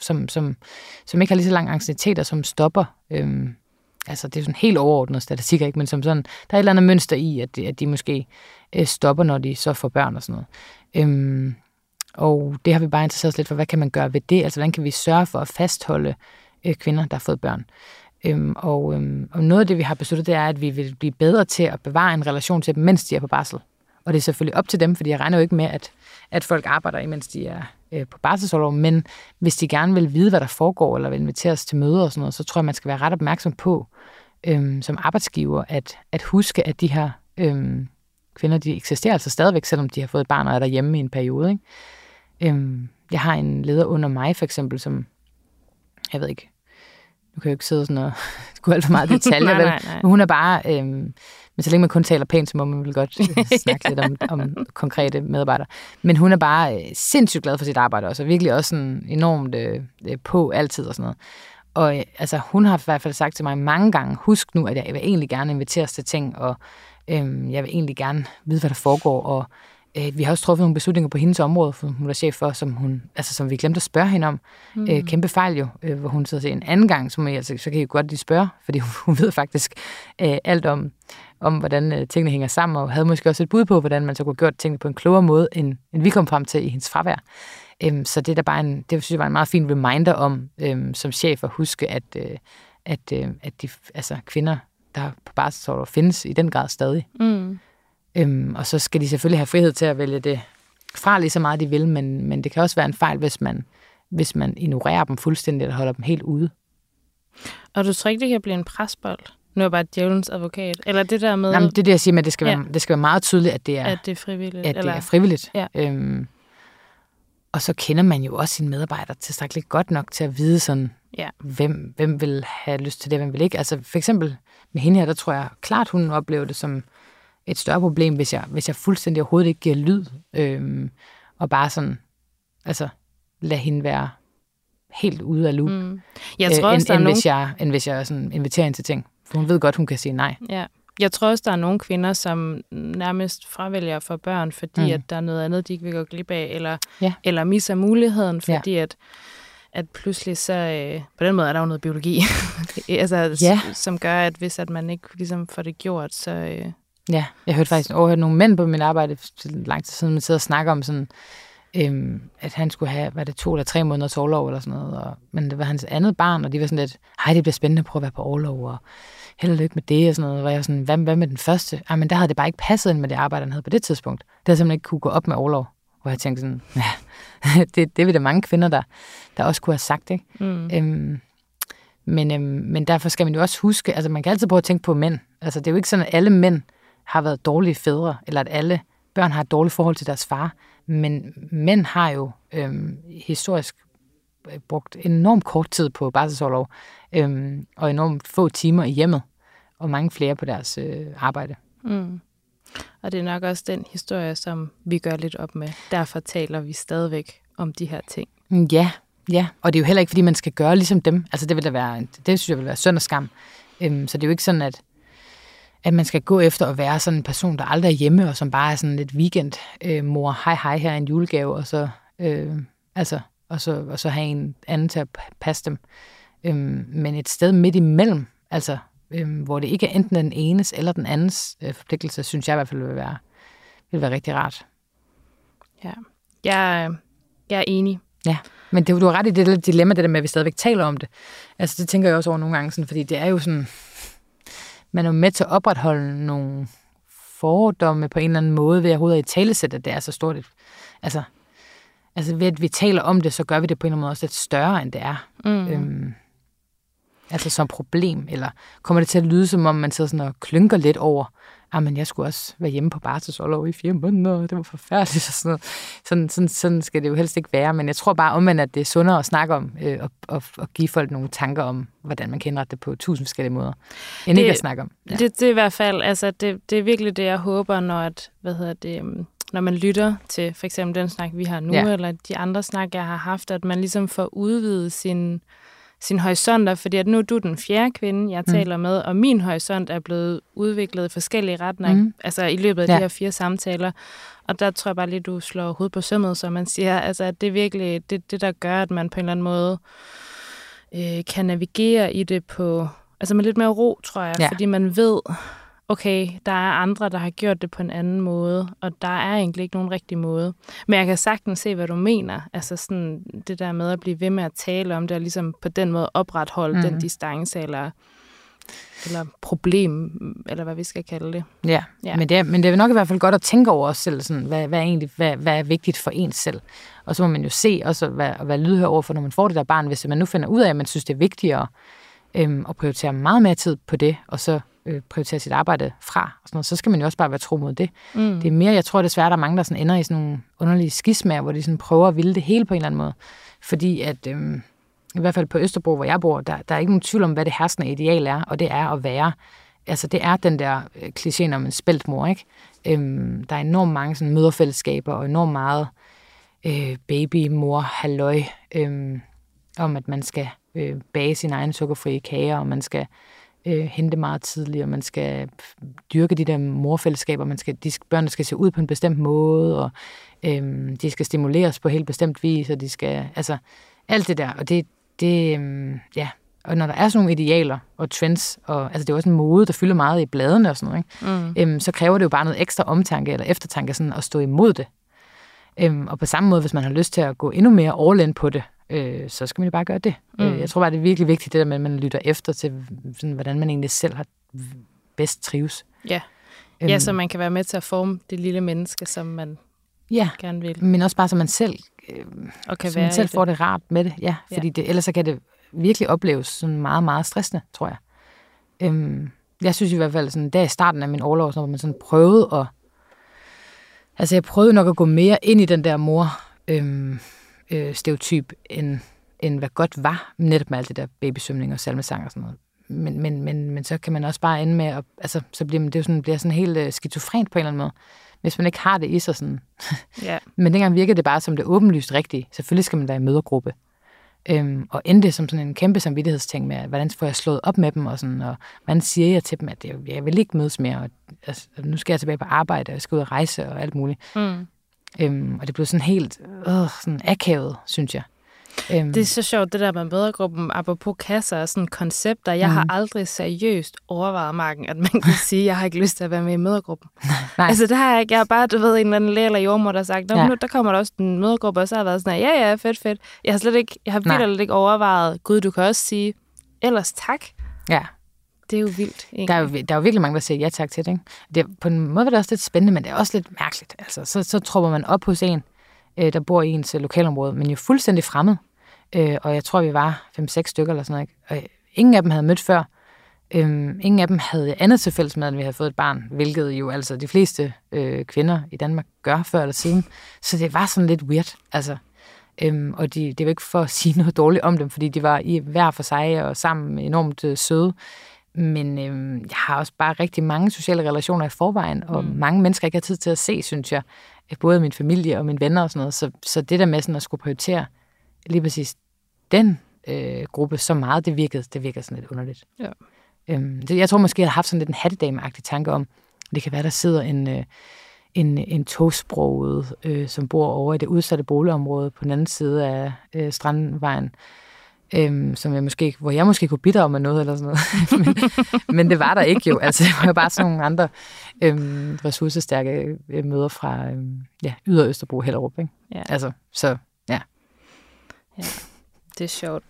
som ikke har lige så lang anciennitet, og som stopper. Altså det er sådan helt overordnet statistikker, ikke? Men som sådan, der er et eller andet mønster i, at de måske stopper, når de så får børn og sådan noget. Og det har vi bare interesseret os lidt for, hvad kan man gøre ved det? Altså hvordan kan vi sørge for at fastholde kvinder, der har fået børn? Og noget af det, vi har besluttet, det er, at vi vil blive bedre til at bevare en relation til dem, mens de er på barsel. Og det er selvfølgelig op til dem, fordi jeg regner jo ikke med, at folk arbejder, imens de er på barselsorlov, men hvis de gerne vil vide, hvad der foregår, eller vil inviteres til møder og sådan noget, så tror jeg, man skal være ret opmærksom på, som arbejdsgiver, at huske, at de her kvinder, de eksisterer altså stadigvæk, selvom de har fået et barn og er derhjemme i en periode. Ikke? Jeg har en leder under mig, for eksempel, som, jeg ved ikke, nu kan jeg jo ikke sidde sådan og gå alt for meget detaljer, nej. Men hun er bare, men så længe man kun taler pænt, så må man vel godt snakke lidt om konkrete medarbejdere. Men hun er bare sindssygt glad for sit arbejde også, og virkelig også sådan enormt på altid og sådan noget. Og altså, hun har i hvert fald sagt til mig mange gange, husk nu, at jeg vil egentlig gerne inviteres til ting, og jeg vil egentlig gerne vide, hvad der foregår, og vi har også truffet nogle beslutninger på hendes område, for hun er chef for, som vi glemte at spørge hende om. Kæmpe fejl jo, hvor hun så en anden gang, så kan I jo godt lige spørge, fordi hun ved faktisk alt om hvordan tingene hænger sammen, og havde måske også et bud på, hvordan man så kunne gøre tingene på en klogere måde, end vi kom frem til i hendes fravær. Så det er da bare det synes jeg var en meget fin reminder om, som chef, at huske, at de kvinder, der er på barselsorlov, findes i den grad stadig. Og så skal de selvfølgelig have frihed til at vælge det fra lige så meget, de vil, men det kan også være en fejl, hvis man ignorerer dem fuldstændig, eller holder dem helt ude. Og du tror ikke, det kan blive en presbold? Nu er bare djævelens advokat. Eller det der med... Jamen, det er det, jeg siger med, at det skal være meget tydeligt, at det er frivilligt. At det er frivilligt. Ja. Og så kender man jo også sine medarbejdere tilstrækkeligt godt nok til at vide sådan, hvem vil have lyst til det, hvem vil ikke. Altså for eksempel med hende her, der tror jeg klart, hun oplever det som et større problem, hvis jeg fuldstændig overhovedet ikke giver lyd, og bare sådan, altså lad hende være helt ude af loop. Jeg tror også, end hvis jeg sådan inviterer hende til ting. For hun ved godt, hun kan sige nej. Ja, Jeg tror også, der er nogle kvinder, som nærmest fravælger for børn, fordi at der er noget andet, de ikke vil gå glip af, eller misser muligheden, fordi at pludselig så, på den måde er der jo noget biologi, som gør, at hvis at man ikke ligesom får det gjort, så... Ja, jeg hørte faktisk nogle mænd på mit arbejde lang tid siden, man sidder og snakker om sådan, at han skulle have, var det 2 eller 3 måneders orlov eller sådan noget, men det var hans andet barn, og de var sådan lidt, det bliver spændende at prøve at være på orlov, og held og lykke med det, og sådan noget, hvor jeg var sådan, hvad med den første? Men der havde det bare ikke passet ind med det arbejde, han havde på det tidspunkt. Det havde simpelthen ikke kunne gå op med orlov, hvor jeg tænkte sådan, det er der mange kvinder, der også kunne have sagt, ikke? Men derfor skal man jo også huske, altså man kan altid prøve at tænke på mænd. Altså det er jo ikke sådan, at alle mænd har været dårlige fædre, eller at alle børn har et dårligt forhold til deres far. Men mænd har jo historisk brugt enormt kort tid på barselsorlov, og enormt få timer i hjemmet, og mange flere på deres arbejde. Og det er nok også den historie, som vi gør lidt op med. Derfor taler vi stadigvæk om de her ting. Ja, og det er jo heller ikke, fordi man skal gøre ligesom dem. Altså det synes jeg vil være synd og skam. Så det er jo ikke sådan, at man skal gå efter at være sådan en person, der aldrig er hjemme, og som bare er sådan lidt weekend-mor, hej, her er en julegave, og så, og så have en anden til at passe dem. Men et sted midt imellem, altså, hvor det ikke er enten den enes eller den andens forpligtelse, synes jeg i hvert fald vil være rigtig rart. Ja, jeg er enig. Ja, men du har ret i det dilemma, det der med, at vi stadigvæk taler om det. Altså det tænker jeg også over nogle gange, sådan, fordi det er jo sådan, man er jo med til at opretholde nogle fordomme på en eller anden måde, ved at overhovedet i talesæt, at det er så stort. Altså ved at vi taler om det, så gør vi det på en eller anden måde også lidt større, end det er. Altså som problem, eller kommer det til at lyde, som om man sidder sådan og klynker lidt over, men jeg skulle også være hjemme på barselsorlov i 4 måneder, det var forfærdeligt, og sådan noget. Sådan skal det jo helst ikke være, men jeg tror bare omvendt, at det er sundere at snakke om, og give folk nogle tanker om, hvordan man kan indrette det på 1000 forskellige måder, end ikke at snakke om. Ja. Det er i hvert fald, altså det er virkelig det, jeg håber, når man lytter til for eksempel den snak, vi har nu, eller de andre snak, jeg har haft, at man ligesom får udvidet sin horisonter, fordi at nu er du den 4. kvinde, jeg taler med, og min horisont er blevet udviklet i forskellige retninger, altså i løbet af de her 4 samtaler. Og der tror jeg bare lige, du slår hovedet på sømmet, som man siger, altså at det er virkelig det, der gør, at man på en eller anden måde kan navigere i det på, altså med lidt mere ro, tror jeg, fordi man ved, okay, der er andre, der har gjort det på en anden måde, og der er egentlig ikke nogen rigtig måde. Men jeg kan sagtens se, hvad du mener. Altså sådan det der med at blive ved med at tale om det, og ligesom på den måde opretholde den distance, eller problem, eller hvad vi skal kalde det. Ja. Men det er nok i hvert fald godt at tænke over os selv, sådan, hvad er vigtigt for ens selv. Og så må man jo se også, hvad lydhør overfor, når man får det der barn, hvis man nu finder ud af, at man synes, det er vigtigere at prioritere meget mere tid på det, og så prioritere sit arbejde fra, og sådan noget, så skal man jo også bare være tro mod det. Det er mere, jeg tror desværre, der er mange, der sådan ender i sådan nogle underlige skismaer, hvor de sådan prøver at ville det hele på en eller anden måde. Fordi at, i hvert fald på Østerbro, hvor jeg bor, der er ikke nogen tvivl om, hvad det herskende ideal er, og det er at være, altså det er den der kliché om en spæltmor, ikke? Der er enormt mange sådan møderfællesskaber, og enormt meget babymor, halløj, om at man skal bage sine egne sukkerfrie kager, og man skal hente meget tidligt, og man skal dyrke de der morfællesskaber, børnene skal se ud på en bestemt måde, og de skal stimuleres på helt bestemt vis, og de skal, altså alt det der, og og når der er sådan nogle idealer og trends, og altså det er også en mode, der fylder meget i bladene og sådan noget, ikke? Så kræver det jo bare noget ekstra omtanke eller eftertanke sådan at stå imod det. Og på samme måde, hvis man har lyst til at gå endnu mere all in på det, så skal man jo bare gøre det. Jeg tror bare, det er virkelig vigtigt, det der med, at man lytter efter til, sådan, hvordan man egentlig selv har bedst trives. Ja, så man kan være med til at forme det lille menneske, som man gerne vil. Men også bare, så man selv, og kan så man selv får det rart med det. Ja, fordi ellers så kan det virkelig opleves sådan meget, meget stressende, tror jeg. Jeg synes i hvert fald, sådan, der i starten af min orlov, hvor man sådan prøvede at... Altså, jeg prøvede nok at gå mere ind i den der mor-stereotyp, end hvad godt var, netop med alt det der babysvømning og salmesang og sådan noget. Men så kan man også bare ende med at... Altså, så bliver det jo sådan helt skizofrent på en eller anden måde, hvis man ikke har det i sig sådan. Men dengang virkede det bare som det åbenlyst rigtige. Selvfølgelig skal man være i mødergruppe. Og endte som sådan en kæmpe samvittighedsting med, hvordan får jeg slået op med dem, og hvordan siger jeg til dem, at jeg vil ikke mødes mere, og nu skal jeg tilbage på arbejde, og jeg skal ud og rejse, og alt muligt. Og det blev sådan helt sådan akavet, synes jeg. Det er så sjovt, det der med mødergruppen, apropos kasser og sådan koncepter. Jeg har aldrig seriøst overvejet, Marken, at man kan sige, at jeg har ikke lyst til at være med i mødergruppen. Nej. Altså det har jeg ikke. Jeg har bare, en eller anden læge eller jordmor, der har sagt, nu der kommer der også en mødergruppe, og så har jeg været sådan, ja, fedt. Jeg har virkelig ikke overvejet, gud, du kan også sige, ellers tak. Ja. Det er jo vildt, egentlig. Der er jo virkelig mange, der siger ja tak til det, ikke? Det, på en måde er det også lidt spændende, men det er også lidt mærkeligt. Altså, så tropper man op hos en, der bor i ens lokalområde, men jo fuldstændig fremmed. Og jeg tror, vi var 5-6 stykker eller sådan noget. Og ingen af dem havde mødt før. Ingen af dem havde andet til fælles med, at vi havde fået et barn, hvilket jo altså de fleste kvinder i Danmark gør før eller siden. Så det var sådan lidt weird. Altså, og det var ikke for at sige noget dårligt om dem, fordi de var i hver for sig og sammen enormt søde. Men jeg har også bare rigtig mange sociale relationer i forvejen, og mange mennesker ikke har tid til at se, synes jeg. Både min familie og mine venner og sådan noget. Så det der med sådan at skulle prioritere lige præcis den gruppe så meget, det virkede sådan lidt underligt. Ja. Jeg tror måske, jeg har haft sådan lidt en hattedame-agtig tanke om, det kan være, der sidder en tosproget, som bor over i det udsatte boligområde på den anden side af Strandvejen, hvor jeg måske kunne bidrage med noget eller sådan noget. men det var der ikke jo. Altså, det var jo bare sådan nogle andre ressourcestærke møder fra Ydre Østerbro, Hellerup. Ikke? Ja. Altså, så ja. Ja, det er sjovt.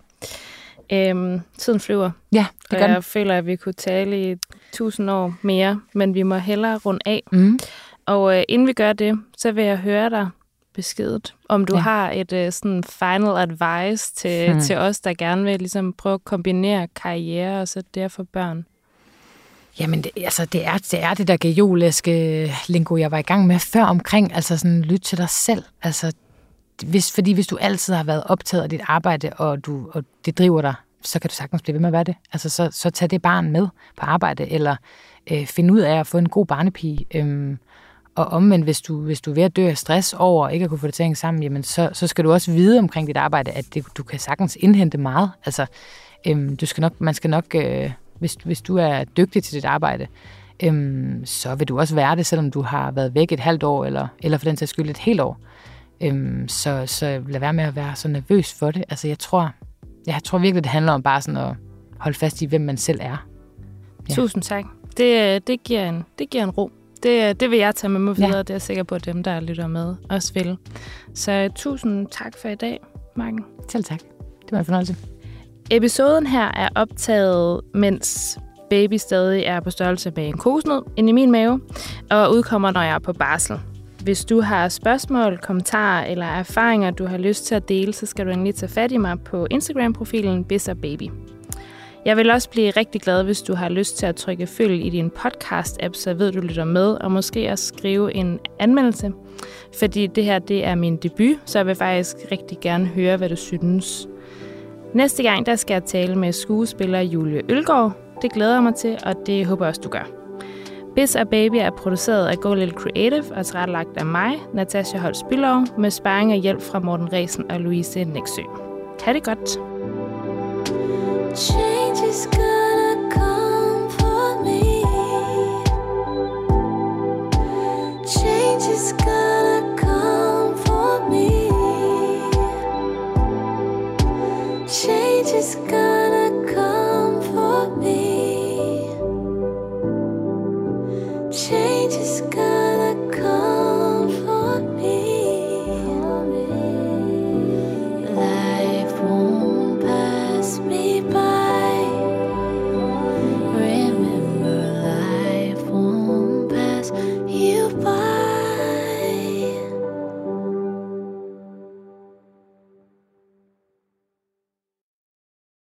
Tiden flyver. Ja, det gør den. Jeg føler, at vi kunne tale i 1000 år mere, men vi må hellere runde af. Og inden vi gør det, så vil jeg høre dig beskedet, om du har et sådan final advice til os, der gerne vil ligesom prøve at kombinere karriere og så derfor børn. Jamen, det er det der geoliske lingo, jeg var i gang med før omkring, altså sådan lyt til dig selv. Altså, hvis du altid har været optaget af dit arbejde, og det driver dig, så kan du sagtens blive ved med at være det. Altså, så tag det barn med på arbejde, eller find ud af at få en god barnepige. Og omvendt, hvis du er ved at dø af stress over ikke at kunne få det til at hænge sammen, jamen så skal du også vide omkring dit arbejde, at du kan sagtens indhente meget. Altså, hvis du er dygtig til dit arbejde, så vil du også være det, selvom du har været væk et halvt år, eller for den sags skyld et helt år. Så lad være med at være så nervøs for det. Altså, jeg tror virkelig, det handler om bare sådan at holde fast i, hvem man selv er. Ja. Tusind tak. Det giver en ro. Det vil jeg tage med mig videre, det er jeg sikker på, at dem, der lytter med, også vil. Så tusind tak for i dag, Marken. Selv tak. Det var en fornøjelse. Episoden her er optaget, mens baby stadig er på størrelse med en kokosnød inde i min mave, og udkommer, når jeg er på barsel. Hvis du har spørgsmål, kommentarer eller erfaringer, du har lyst til at dele, så skal du endelig tage fat i mig på Instagram-profilen BizzaBaby. Jeg vil også blive rigtig glad, hvis du har lyst til at trykke følg i din podcast-app, så ved du lytter med, og måske også skrive en anmeldelse. Fordi det her, det er min debut, så jeg vil faktisk rigtig gerne høre, hvad du synes. Næste gang, der skal jeg tale med skuespiller Julie Ølgaard. Det glæder jeg mig til, og det håber jeg også, du gør. BizzaBaby er produceret af Go Little Creative og tilrettelagt af mig, Natasha Holst Bylov, med sparring og hjælp fra Morten Resen og Louise Nexø. Ha' det godt! Change is good.